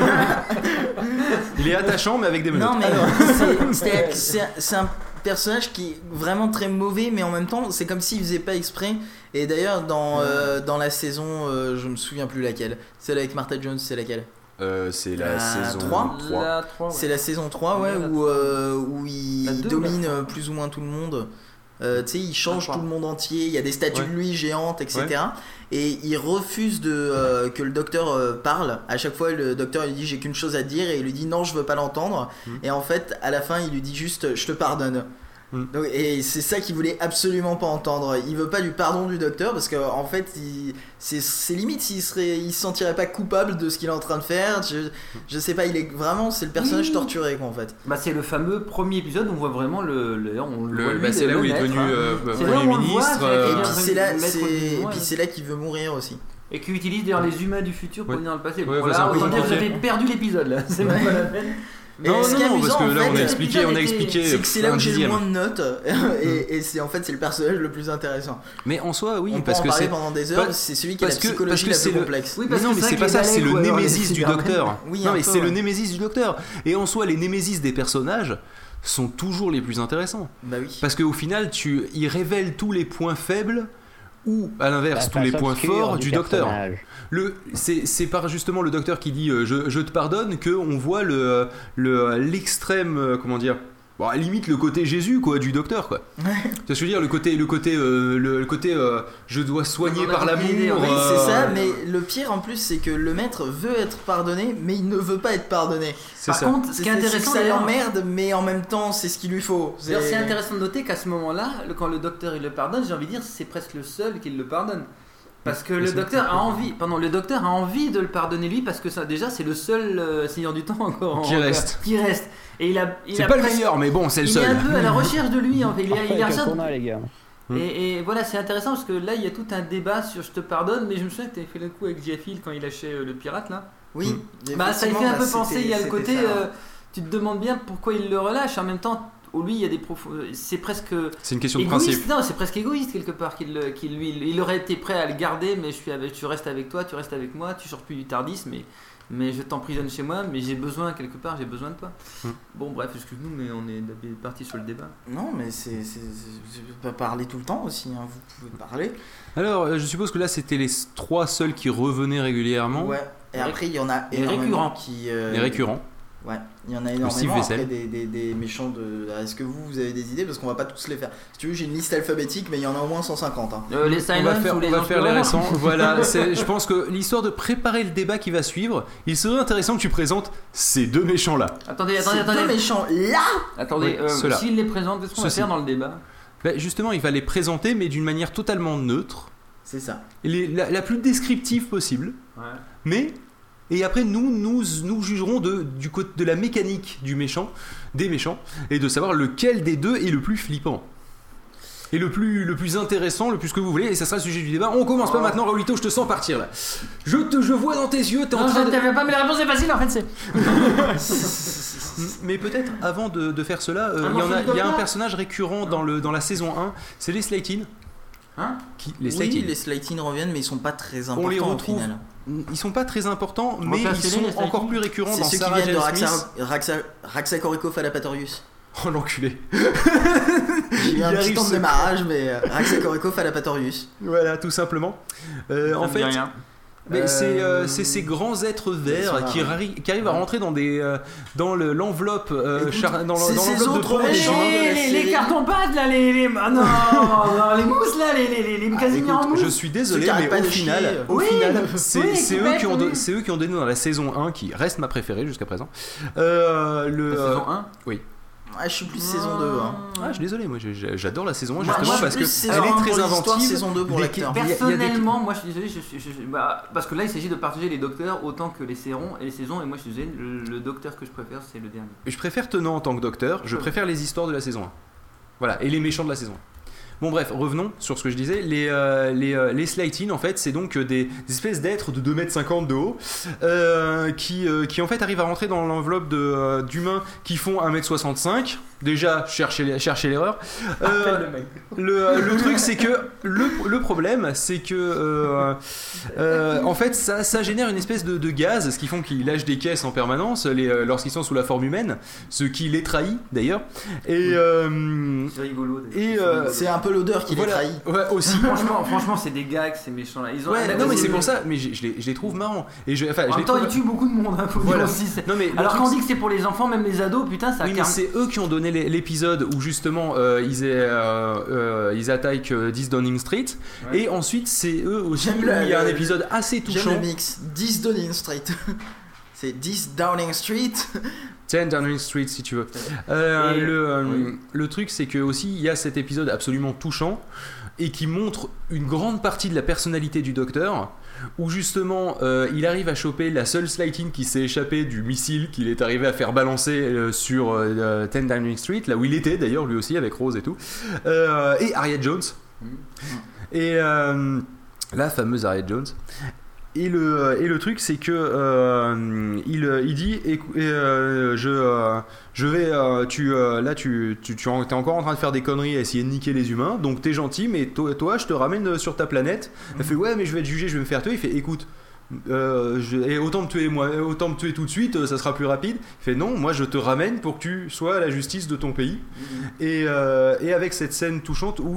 Il est attachant, mais avec des menottes. Non, mais c'est un personnage qui est vraiment très mauvais, mais en même temps, c'est comme s'il faisait pas exprès. Et d'ailleurs, dans la saison, je me souviens plus laquelle. Celle avec Martha Jones, c'est laquelle? C'est la saison 3. 3 ouais. C'est la saison 3, ouais, où il domine plus ou moins tout le monde. Tu sais, il change tout le monde entier. Il y a des statues de lui géantes, etc. Ouais. Et il refuse que le docteur parle. À chaque fois, le docteur lui dit j'ai qu'une chose à te dire, et il lui dit non, je veux pas l'entendre. Et en fait, à la fin, il lui dit juste je te pardonne. Donc, et c'est ça qu'il voulait absolument pas entendre. Il veut pas du pardon du docteur parce que en fait, c'est limite il se sentirait pas coupable de ce qu'il est en train de faire. Je sais pas, il est vraiment, c'est le personnage torturé quoi en fait. Bah c'est le fameux premier épisode où on voit vraiment c'est là où il est devenu premier ministre. Et puis c'est là qu'il veut mourir aussi. Et qui utilise d'ailleurs les humains du futur pour venir dans le passé. Voilà, autant dire que vous avez perdu l'épisode là. C'est même pas la peine. Non, parce que là on a expliqué c'est que c'est là où j'ai le moins de notes et c'est en fait c'est le personnage le plus intéressant. Mais en soi oui, on parce peut en que parler pendant des heures, c'est celui qui a la psychologie la plus complexe. Oui, mais non, mais c'est pas ça, c'est le némésis du docteur. Non mais c'est le némésis du docteur. Et en soi les némésis des personnages sont toujours les plus intéressants. Bah oui. Parce qu'au final ils révèlent tous les points faibles ou à l'inverse tous les points forts du docteur. C'est par justement le docteur qui dit je te pardonne que on voit l'extrême comment dire, bon, à la limite le côté Jésus quoi du docteur quoi. Tu vois ce que je veux dire, le côté je dois soigner par l'amour. Oui, c'est ça, mais le pire en plus c'est que le maître veut être pardonné mais il ne veut pas être pardonné. Par contre, ce qui est intéressant, c'est que ça l'emmerde, mais en même temps, c'est ce qu'il lui faut. C'est intéressant de noter qu'à ce moment-là, quand le docteur il le pardonne, j'ai envie de dire, c'est presque le seul qui le pardonne. Parce que le docteur a envie de le pardonner lui, parce que ça, déjà, c'est le seul seigneur du temps encore qui reste. Et c'est pas le meilleur, mais bon, c'est le seul. Il est un peu à la recherche de lui. En fait. Il est tournoi, les gars. Et voilà, c'est intéressant parce que là, il y a tout un débat sur je te pardonne, mais je me souviens que tu avais fait le coup avec Jeff Hill quand il lâchait le pirate là. Oui. Ça lui fait un peu penser. Il y a le côté, tu te demandes bien pourquoi il le relâche. En même temps, lui, il y a des c'est presque. C'est une question de égoïste. principe. Non, c'est presque égoïste quelque part. Il aurait été prêt à le garder, mais tu restes avec toi, tu restes avec moi, tu sors plus du Tardis, mais je t'emprisonne chez moi, mais j'ai besoin de toi. Bon, bref, excuse-nous, mais on est parti sur le débat. Non, mais je peux pas parler tout le temps aussi, hein, vous pouvez parler. Alors, je suppose que là, c'était les 3 seuls qui revenaient régulièrement. Ouais, et après, il y en a récurrents. Les récurrents. Ouais, il y en a énormément. Après des méchants de. Est-ce que vous avez des idées? Parce qu'on va pas tous les faire. Si tu veux, j'ai une liste alphabétique, mais il y en a au moins 150. Hein. Les Silence, on va faire les récents. Voilà, je pense que l'histoire de préparer le débat qui va suivre, il serait intéressant que tu présentes ces 2 méchants là. Attendez. Ces 2 méchants là. Attendez, s'il les présente, qu'est-ce qu'on va faire dans le débat? Justement, il va les présenter, mais d'une manière totalement neutre. C'est ça. La plus descriptive possible. Ouais. Mais. Et après, nous jugerons de la mécanique des méchants, et de savoir lequel des 2 est le plus flippant. Et le plus intéressant, le plus que vous voulez, et ça sera le sujet du débat. On commence pas maintenant, Raoulito, je te sens partir là. Je vois dans tes yeux, t'es en train de... Non, pas, mais la réponse est facile en fait, Mais peut-être, avant de faire cela, il y a un personnage récurrent dans la saison 1, c'est les Slayton. Les Slayton reviennent, mais ils sont pas très importants. On les retrouve. Au final. Ils sont pas très importants, mais ils sont encore plus récurrents dans Sarah Jane Smith. Raxacorico Falapatorius. Oh l'enculé. J'ai eu un petit temps de démarrage, mais Raxacorico Falapatorius. Voilà, tout simplement. En fait. Rien. Mais c'est ces grands êtres verts qui arrivent à rentrer dans l'enveloppe de peau des gens. Les cartons-pâtes là, les mousses là, les casimir en mousse. Je suis désolé, mais au final, c'est eux qui ont donné dans la saison 1, qui reste ma préférée jusqu'à présent. La saison 1 Oui. Je suis plus saison 2. Hein. Je suis désolé, moi j'adore la saison 1 justement parce que elle est très inventive. Saison 2 pour l'acteur. Personnellement, moi je suis désolé, parce que là il s'agit de partager les docteurs autant que les saisons, et moi je suis désolé, le docteur que je préfère c'est le dernier. Je préfère Tenant en tant que docteur, je préfère les histoires de la saison 1. Voilà, et les méchants de la saison 1. Bon bref, revenons sur ce que je disais. Les Slightin, en fait, c'est donc des espèces d'êtres de 2,50 m de haut qui en fait arrivent à rentrer dans l'enveloppe d'humains qui font 1,65 m. Déjà, cherchez l'erreur. Le truc, c'est que le problème, c'est que en fait, ça génère une espèce de gaz, ce qui font qu'ils lâchent des caisses en permanence lorsqu'ils sont sous la forme humaine, ce qui les trahit d'ailleurs. Et c'est rigolo. C'est un peu l'odeur qui les trahit. Ouais, aussi. Franchement, c'est des gags ces méchants là. Non mais c'est pour ça. Mais je les trouve marrants. Et en même temps, ils tuent beaucoup de monde. Voilà. Aussi, alors quand on dit que c'est pour les enfants, même les ados, putain, ça. Oui, mais c'est eux qui ont donné l'épisode où justement ils attaquent 10 Downing Street, et ensuite c'est eux aussi où il y a un épisode assez touchant. J'aime le mix 10 Downing Street. C'est 10 Downing Street. 10 Downing Street si tu veux. Le truc c'est que aussi il y a cet épisode absolument touchant et qui montre une grande partie de la personnalité du docteur, où justement il arrive à choper la seule Slightin qui s'est échappée du missile qu'il est arrivé à faire balancer sur 10 Downing Street, là où il était d'ailleurs lui aussi avec Rose et tout, et Harriet Jones, et la fameuse Harriet Jones. Et le truc c'est que il dit je vais t'es encore en train de faire des conneries à essayer de niquer les humains, donc t'es gentil, mais toi je te ramène sur ta planète. Elle fait ouais mais je vais être jugé, je vais me faire tuer. Il fait écoute et autant me tuer tout de suite, ça sera plus rapide. Il fait non, moi je te ramène pour que tu sois à la justice de ton pays. Et avec cette scène touchante où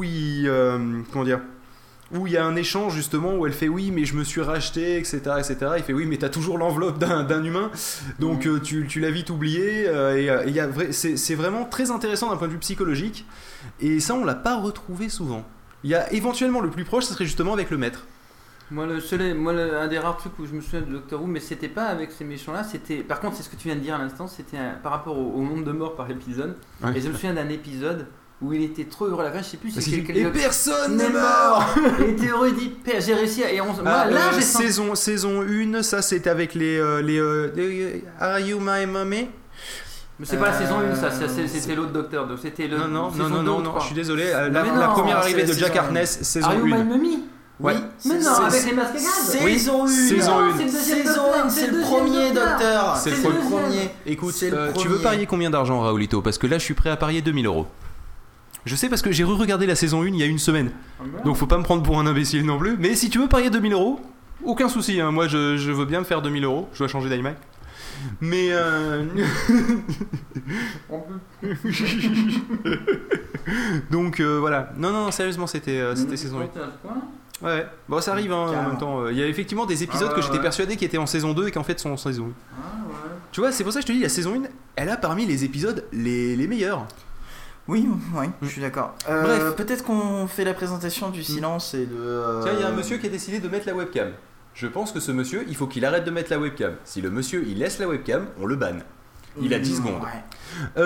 où il y a un échange justement où elle fait oui mais je me suis racheté etc. Il fait oui mais t'as toujours l'enveloppe d'un humain, donc tu l'as vite oublié, c'est vraiment très intéressant d'un point de vue psychologique, et ça on l'a pas retrouvé souvent. Il y a éventuellement le plus proche, ça serait justement avec le maître. Moi, un des rares trucs où je me souviens de Doctor Who, mais c'était pas avec ces méchants-là, c'était. Par contre, c'est ce que tu viens de dire à l'instant, c'était par rapport au nombre de morts par épisode. Ouais. Et je me souviens d'un épisode où il était trop heureux à la fin, je sais plus si c'est quel. Et personne n'est mort. Il était heureux, il dit j'ai réussi à. Et moi, là, j'ai saison 1, ça c'était avec les Are You My Mommy? Mais c'est pas la saison 1, ça, c'était l'autre docteur, donc c'était le. Non, je suis désolé. La première arrivée de Jack Harkness, saison 1. Are You My Mommy? Ouais. Mais non, avec les masques à gaz. Saison 1. C'est le premier docteur. C'est le premier. Écoute, tu veux parier combien d'argent, Raoulito? Parce que là, je suis prêt à parier 2 000 €. Je sais parce que j'ai re-regardé la saison 1 il y a une semaine. Donc faut pas me prendre pour un imbécile non plus. Mais si tu veux parier 2 000 €, aucun souci. Hein. Moi, je veux bien me faire 2 000 €. Je dois changer d'iMac. Mais donc voilà. Non, sérieusement, c'était saison 1. Ouais, bon ça arrive hein, en même temps. Il y a effectivement des épisodes que j'étais persuadé qui étaient en saison 2 et qui en fait sont en saison 1. Tu vois, c'est pour ça que je te dis, la saison 1, elle a parmi les épisodes les meilleurs. Oui, je suis d'accord. Bref, peut-être qu'on fait la présentation du silence et de... Tiens, il y a un monsieur qui a décidé de mettre la webcam. Je pense que ce monsieur, il faut qu'il arrête de mettre la webcam. Si le monsieur, il laisse la webcam, on le banne. Il a 10 secondes. Ouais.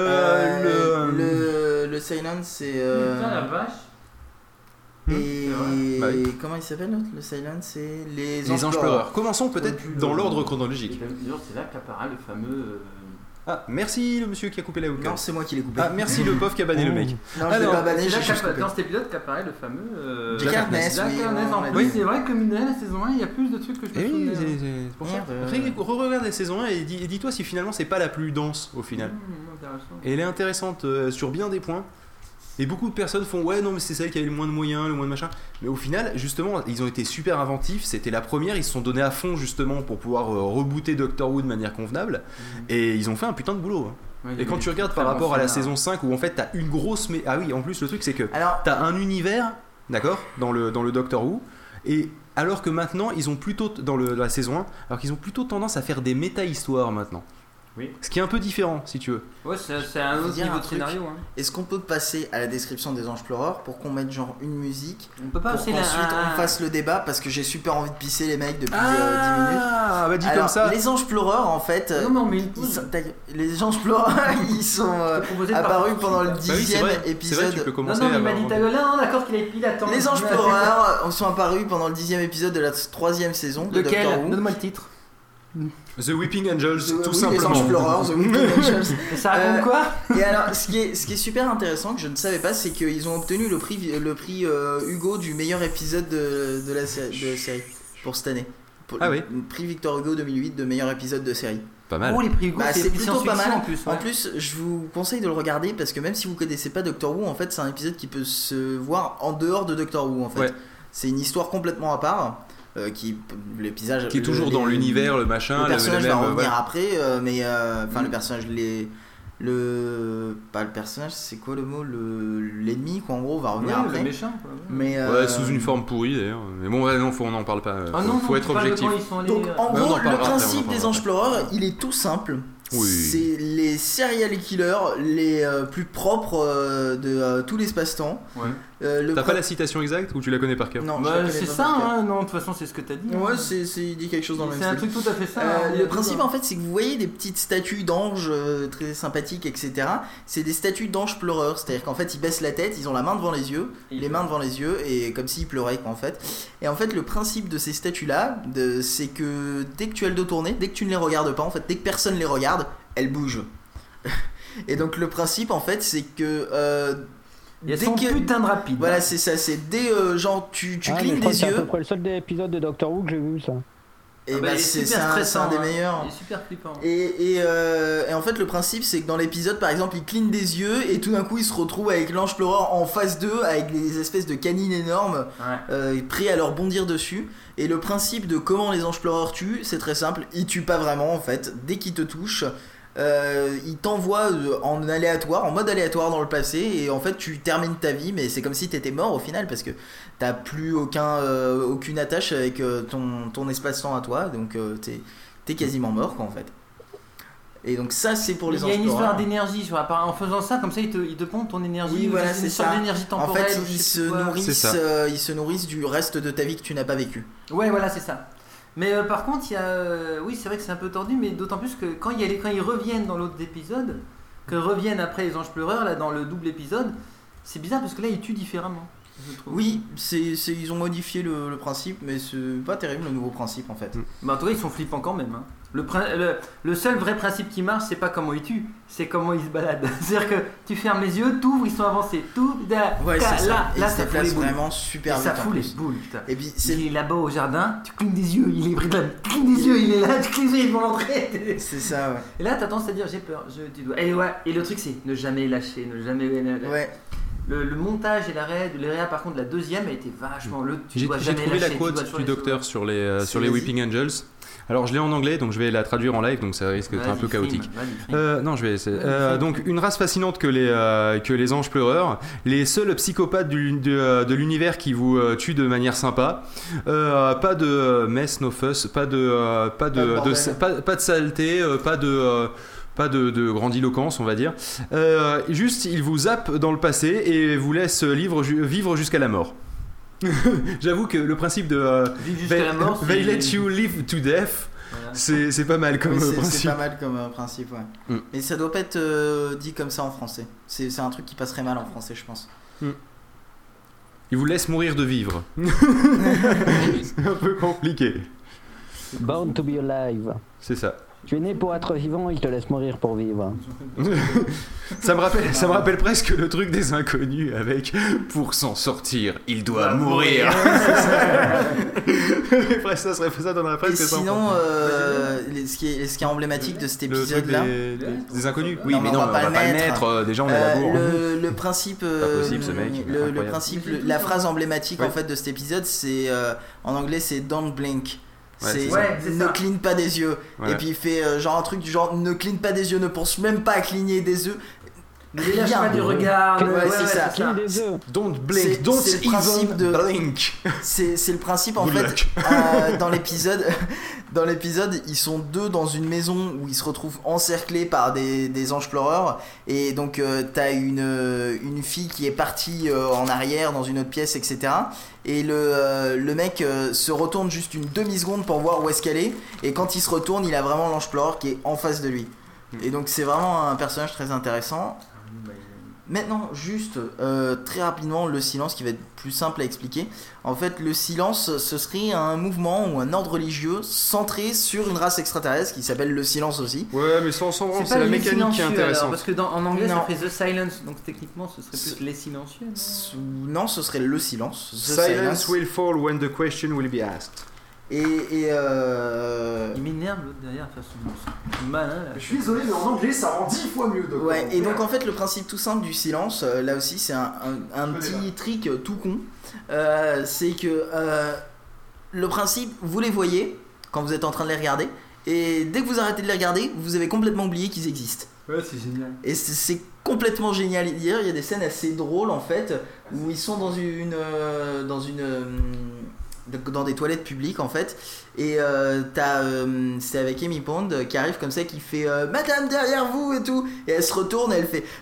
Le silence, c'est... Putain, la vache. Et comment il s'appelle l'autre? Le silence, c'est les anges pleureurs. Commençons peut-être dans l'ordre chronologique. C'est là qu'apparaît le fameux... Ah, merci le monsieur qui a coupé la webcam. Non, c'est moi qui l'ai coupé. Ah, merci le pauvre qui a banné le mec. Non, je l'ai pas banné, j'ai juste coupé. Dans cet épisode qu'apparaît le fameux Jack Harkness. Oui, c'est vrai que mine de rien, la saison 1, il y a plus de trucs que je me souviens. C'est pour ça. Re-regarde la saison 1 et dis-toi si finalement c'est pas la plus dense au final. Et elle est intéressante sur bien des points. Et beaucoup de personnes font ouais non mais c'est celle qui avait le moins de moyens, le moins de machin. Mais au final justement ils ont été super inventifs. C'était la première, ils se sont donnés à fond justement pour pouvoir rebooter Doctor Who de manière convenable. Et ils ont fait un putain de boulot. Ouais, et quand tu regardes par rapport à la saison 5 où en fait t'as une grosse... Ah oui, en plus le truc c'est que t'as un univers, d'accord, dans le Doctor Who. Et alors que maintenant ils ont plutôt, dans la saison 1, alors qu'ils ont plutôt tendance à faire des méta-histoires maintenant. Oui. Ce qui est un peu différent, si tu veux. Ouais, c'est un autre niveau de scénario. Hein. Est-ce qu'on peut passer à la description des anges pleureurs pour qu'on mette genre une musique? On peut pas pour qu'ensuite on fasse le débat parce que j'ai super envie de pisser les mecs depuis 10 minutes. Ah, bah dis alors, comme ça. Les anges pleureurs, en fait. Non, mais les anges pleureurs, ils sont apparus pendant le 10e épisode. C'est vrai, tu peux commencer. Non, mais il m'a dit ta gueule. Non, d'accord qu'il a pile à temps. Les anges pleureurs sont apparus pendant le 10e épisode de la 3e saison de Doctor Who. Donne-moi le titre. The Weeping Angels, tout oui, simplement. Les Anges Pleureurs, The Weeping Angels. Et ça raconte quoi? Et alors, ce qui est super intéressant, que je ne savais pas, c'est qu'ils ont obtenu le prix Hugo du meilleur épisode de la série pour cette année. Oui. Le prix Victor Hugo 2008 de meilleur épisode de série. Pas mal. Oh, les prix Hugo, c'est plutôt pas mal. En plus, ouais. En plus, je vous conseille de le regarder parce que même si vous connaissez pas Doctor Who, en fait, c'est un épisode qui peut se voir en dehors de Doctor Who. En fait, ouais. C'est une histoire complètement à part. Qui est toujours dans l'univers, le machin. Le personnage va revenir ouais. après, mais le personnage, pas le personnage, c'est quoi le mot, l'ennemi quoi, en gros, va revenir après. Le méchant. Quoi. Mais sous une forme pourrie d'ailleurs. Mais bon, ouais, non, on n'en parle pas. Faut être objectif. Donc en gros, le principe des Anges Pleureurs, il est tout simple. Oui. C'est les serial killers les plus propres de tout l'espace-temps. Ouais. T'as pas la citation exacte ou tu la connais par cœur? Non, c'est ça, hein, non, de toute façon, c'est ce que t'as dit. Ouais, il dit quelque chose dans le même style. C'est un truc tout à fait ça. Le principe, en fait, c'est que vous voyez des petites statues d'anges très sympathiques, etc. C'est des statues d'anges pleureurs, c'est-à-dire qu'en fait, ils baissent la tête, ils ont la main devant les yeux, et comme s'ils pleuraient, quoi, en fait. Et en fait, le principe de ces statues-là, c'est que dès que tu as le dos tourné, dès que tu ne les regardes pas, en fait, dès que personne les regarde, elles bougent. Et donc, le principe, en fait, c'est que il y a son putain de rapide. Voilà, c'est ça, c'est dès genre tu clignes des yeux. C'est à peu près le seul des épisodes de Doctor Who que j'ai vu ça. Et c'est un des meilleurs. Il est super flippant. Et en fait, le principe, c'est que dans l'épisode, par exemple, il cligne des yeux et tout d'un coup, il se retrouve avec l'ange pleureur en face d'eux, avec des espèces de canines énormes, prêts à leur bondir dessus. Et le principe de comment les anges pleureurs tuent, c'est très simple. Ils tuent pas vraiment, en fait. Dès qu'ils te touchent, il t'envoie en mode aléatoire dans le passé, et en fait tu termines ta vie, mais c'est comme si t'étais mort au final parce que t'as plus aucune attache avec ton espace-temps à toi, donc t'es quasiment mort quoi en fait. Et donc ça c'est pour les anges. Il y a une histoire d'énergie en faisant ça, comme ça ils te pompent ton énergie. Oui, voilà, c'est ça. D'énergie temporelle. En fait ils se nourrissent du reste de ta vie que tu n'as pas vécu. Ouais, voilà, c'est ça. Mais par contre, il y a. Oui, c'est vrai que c'est un peu tordu, mais d'autant plus que quand ils reviennent dans l'autre épisode, que reviennent après les anges pleureurs, là dans le double épisode, c'est bizarre parce que là ils tuent différemment. Oui, ils ont modifié le principe, mais c'est pas terrible le nouveau principe en fait. Bah, en tout cas, ils sont flippants quand même. Hein. Le seul vrai principe qui marche, c'est pas comment ils tuent, c'est comment ils se baladent. C'est-à-dire que tu fermes les yeux, t'ouvres, ils sont avancés. Ouais, c'est ça. Là, ça fout les boules. Vraiment super vite. Ça fout les boules, putain. Et puis, il est là-bas au jardin, tu clignes des yeux, il est pris de là. Tu clignes des yeux, il est là, tu clignes des yeux, ils vont l'entrer. C'est ça, ouais. Et là, t'as tendance à dire j'ai peur, Et le truc, c'est ne jamais lâcher, ne jamais. Ouais. Le montage et les réa par contre la deuxième a été vachement j'ai trouvé la quote du docteur sur les Weeping Angels. Alors je l'ai en anglais, donc je vais la traduire en live, donc ça risque d'être un peu chaotique. Non, je vais essayer. Donc une race fascinante que les anges pleureurs, les seuls psychopathes de l'univers qui vous tuent de manière sympa. Pas de mess, no fuss, pas de saleté, pas de grandiloquence, on va dire. Juste, il vous zappe dans le passé et vous laisse vivre jusqu'à la mort. J'avoue que le principe de they let you live to death, voilà. C'est pas mal comme principe. C'est pas mal comme principe, ouais. Mais ça doit pas être dit comme ça en français. C'est un truc qui passerait mal en français, je pense. Il vous laisse mourir de vivre. C'est un peu compliqué. Born to be alive. C'est ça. Tu es né pour être vivant, il te laisse mourir pour vivre. Ça me rappelle presque le truc des inconnus avec pour s'en sortir, il doit mourir. Ça donnerait presque ça. Et sinon, ce qui est emblématique de cet épisode-là, des inconnus. Oui, non, mais non, on va pas le mettre. Déjà, on est à la bourre. Le principe, pas possible, ce mec. Le principe, la phrase emblématique en fait de cet épisode, c'est en anglais, c'est Don't blink. C'est ne cligne pas des yeux. Voilà. Et puis il fait genre un truc du genre ne cligne pas des yeux, ne pense même pas à cligner des yeux. Ne lâche pas du regard. C'est ça. Cligne des yeux. Don't blink. Don't even blink. C'est le principe en fait. Dans l'épisode, ils sont deux dans une maison où ils se retrouvent encerclés par des anges pleureurs. Et donc t'as une fille qui est partie en arrière dans une autre pièce, etc. Et le mec se retourne juste une demi-seconde pour voir où est-ce qu'elle est. Et quand il se retourne, il a vraiment l'ange pleureur qui est en face de lui. Et donc c'est vraiment un personnage très intéressant. Maintenant, juste très rapidement, le silence qui va être plus simple à expliquer. En fait, le silence, ce serait un mouvement ou un ordre religieux centré sur une race extraterrestre qui s'appelle le silence aussi. Ouais, mais sans c'est la mécanique qui est intéressante. Alors, parce que en anglais, ça fait the silence, donc techniquement, ce serait plus les silencieux. Non, ce serait le silence. Silence will fall when the question will be asked. Il m'énerve l'autre derrière, de toute façon. Malin, là. Je suis désolé, mais en anglais, ça rend 10 fois mieux. Ouais, et donc en fait, le principe tout simple du silence, là aussi, c'est un petit trick tout con. C'est que le principe, vous les voyez quand vous êtes en train de les regarder, et dès que vous arrêtez de les regarder, vous avez complètement oublié qu'ils existent. Ouais, c'est génial. Et c'est complètement génial. Il y a des scènes assez drôles en fait, où ils sont dans des toilettes publiques en fait, et c'est avec Amy Pond qui arrive comme ça, qui fait Madame derrière vous et tout, et elle se retourne et elle fait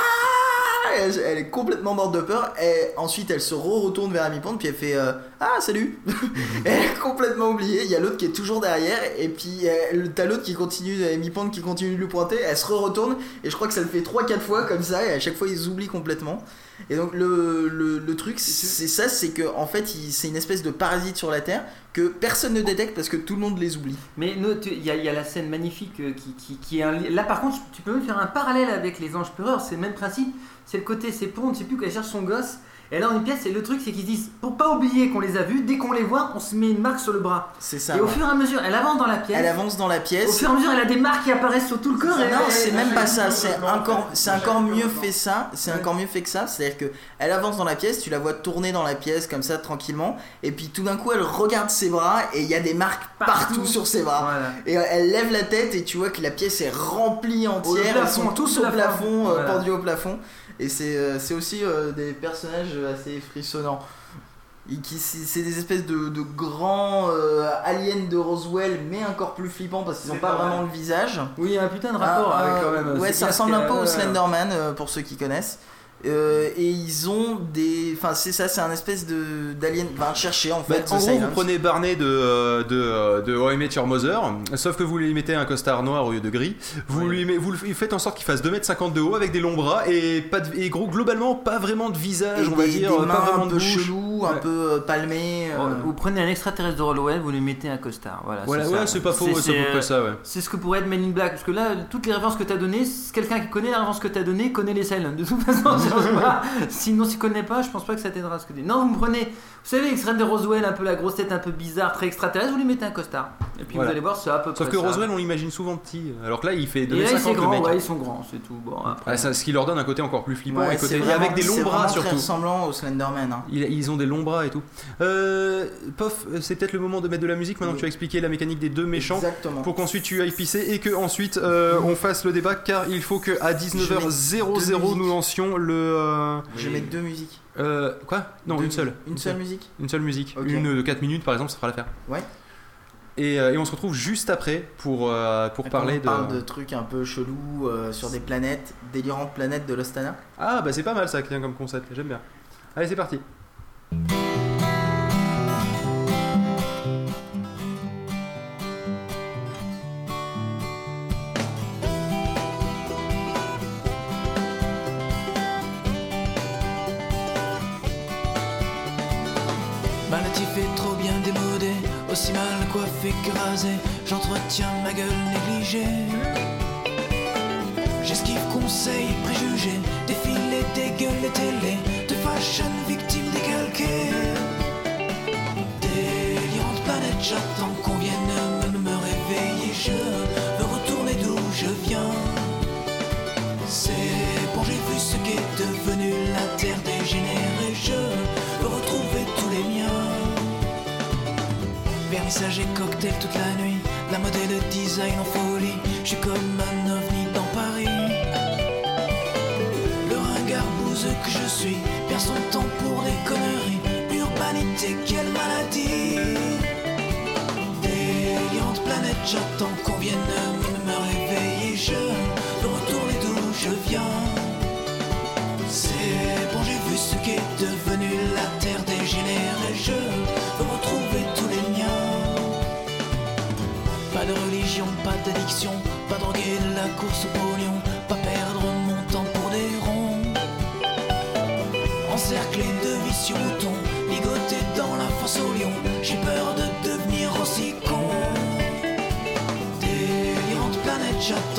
elle est complètement morte de peur, et ensuite elle se retourne vers Amy Pond puis elle fait ah salut. Elle est complètement oubliée. Il y a l'autre qui est toujours derrière, et puis t'as l'autre qui continue, Amy Pond qui continue de lui pointer, elle se retourne, et je crois que ça le fait 3-4 fois comme ça, et à chaque fois ils oublient complètement. Et donc le truc c'est ça, c'est que en fait c'est une espèce de parasite sur la Terre que personne ne détecte parce que tout le monde les oublie. Mais il y a la scène magnifique qui est là par contre tu peux même faire un parallèle avec les anges pleureurs, c'est le même principe, c'est le côté c'est Pond, je sais plus, qu'elle cherche son gosse. Et là, dans une pièce, et le truc, c'est qu'ils disent, pour pas oublier qu'on les a vus, dès qu'on les voit, on se met une marque sur le bras. C'est ça. Et au fur et à mesure, elle avance dans la pièce. Au fur et à mesure, elle a des marques qui apparaissent sur tout le corps. Non, c'est même pas ça. C'est encore mieux fait ça. C'est encore mieux fait que ça. C'est-à-dire que elle avance dans la pièce, tu la vois tourner dans la pièce comme ça tranquillement, et puis tout d'un coup, elle regarde ses bras et il y a des marques partout sur ses bras. Voilà. Et elle lève la tête et tu vois que la pièce est remplie entière. Ils sont tous au plafond, pendus au plafond. Et c'est aussi des personnages assez frissonnants. C'est des espèces de grands aliens de Roswell, mais encore plus flippants parce qu'ils n'ont pas vraiment le visage. Oui, il y a un putain de rapport avec quand même. Ouais, ça ressemble un peu au Slenderman pour ceux qui connaissent. Et ils ont des. Enfin, c'est ça, c'est un espèce d'alien. Enfin, chercher en fait. En gros, vous prenez Barney de How I Met Your Mother, sauf que vous lui mettez un costard noir au lieu de gris. Vous lui faites en sorte qu'il fasse 2,50 m de haut avec des longs bras et globalement, pas vraiment de visage, on va dire. Des mains pas vraiment un peu de bouche. chelou, un peu palmé. Vous prenez un extraterrestre de Roswell, vous lui mettez un costard. Voilà, c'est pas faux, c'est à peu près ça, ouais. C'est ce que pourrait être Men in Black. Parce que là, toutes les références que tu as données, quelqu'un qui connaît la référence que tu as donnée connaît les Silent. De toute façon, sinon, si tu connais pas, je pense pas que ça t'aidera à ce que tu dis. Non, vous me prenez, vous savez, l'extrême de Roswell, un peu la grosse tête un peu bizarre, très extraterrestre, vous lui mettez un costard. Et puis vous allez voir, c'est à peu près. Sauf que Roswell, on l'imagine souvent petit, alors que là, il fait 2,50 m. Et là, c'est grand, ouais, ils sont grands, c'est tout. Bon, après, ce qui leur donne un côté encore plus flippant, et avec des longs bras surtout. C'est ressemblant au Slenderman. Hein. Ils ont des longs bras et tout. Pof, c'est peut-être le moment de mettre de la musique maintenant que tu as expliqué la mécanique des deux méchants. Exactement. Pour qu'ensuite tu ailles pisser et qu'ensuite on fasse le débat, car il faut qu'à 19h00 nous lancions le. Je vais mettre deux musiques. Quoi ? Non, une seule. Une seule musique ? Une seule musique. Okay. Une de 4 minutes par exemple, ça fera l'affaire. Ouais. Et on se retrouve juste après pour parler de trucs un peu chelous sur des planètes, délirantes planètes de l'Ostana. Ah bah c'est pas mal ça, comme concept, j'aime bien. Allez, c'est parti. Malatif est trop bien démodé, aussi mal coiffé que rasé, j'entretiens ma gueule négligée. J'esquive conseils, préjugés, défilés, dégueules et télé, de fashion victime décalquée. Délirante planète, j'attends qu'on vienne me réveiller, je veux retourner d'où je viens. C'est bon, j'ai vu ce qu'est devenu la terre dégénérée, je veux retrouver tous les miens. Vernissage et cocktail toute la nuit, la mode et le design en folie, je suis comme un ovni dans Paris. Le ringard bouseux que je suis perd son temps pour des conneries, urbanité, quelle maladie. Délirante planète, j'attends qu'on vienne me réveiller, je veux retourner d'où je viens. C'est bon, j'ai vu ce qu'est devenu la terre dégénérée, je veux retrouver tous les miens. Pas de religion, pas d'addiction, pas droguer de la course au pognon, pas perdre mon temps pour des ronds.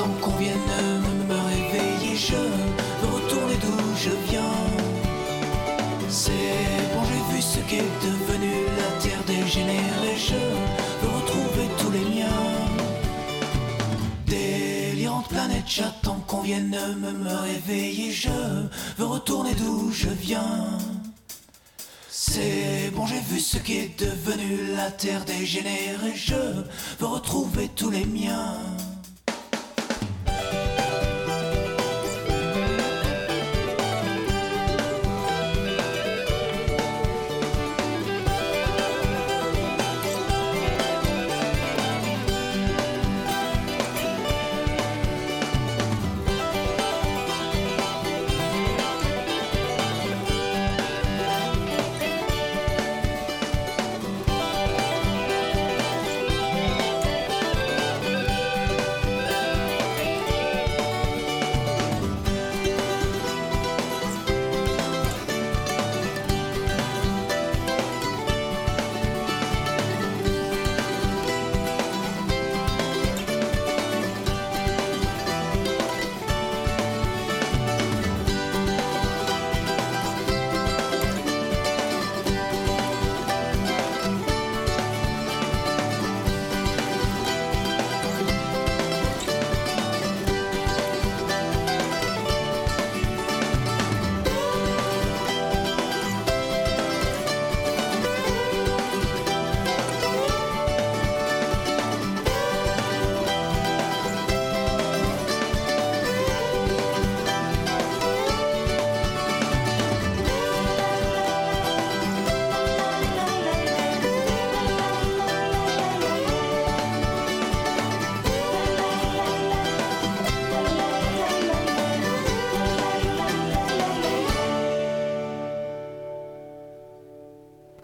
j'attends qu'on vienne me réveiller. Je veux retourner d'où je viens. C'est bon, j'ai vu ce qu'est devenu la terre dégénérée. Je veux retrouver tous les miens. Délirante planète, j'attends qu'on vienne me réveiller. Je veux retourner d'où je viens. C'est bon, j'ai vu ce qu'est devenu la terre dégénérée. Je veux retrouver tous les miens.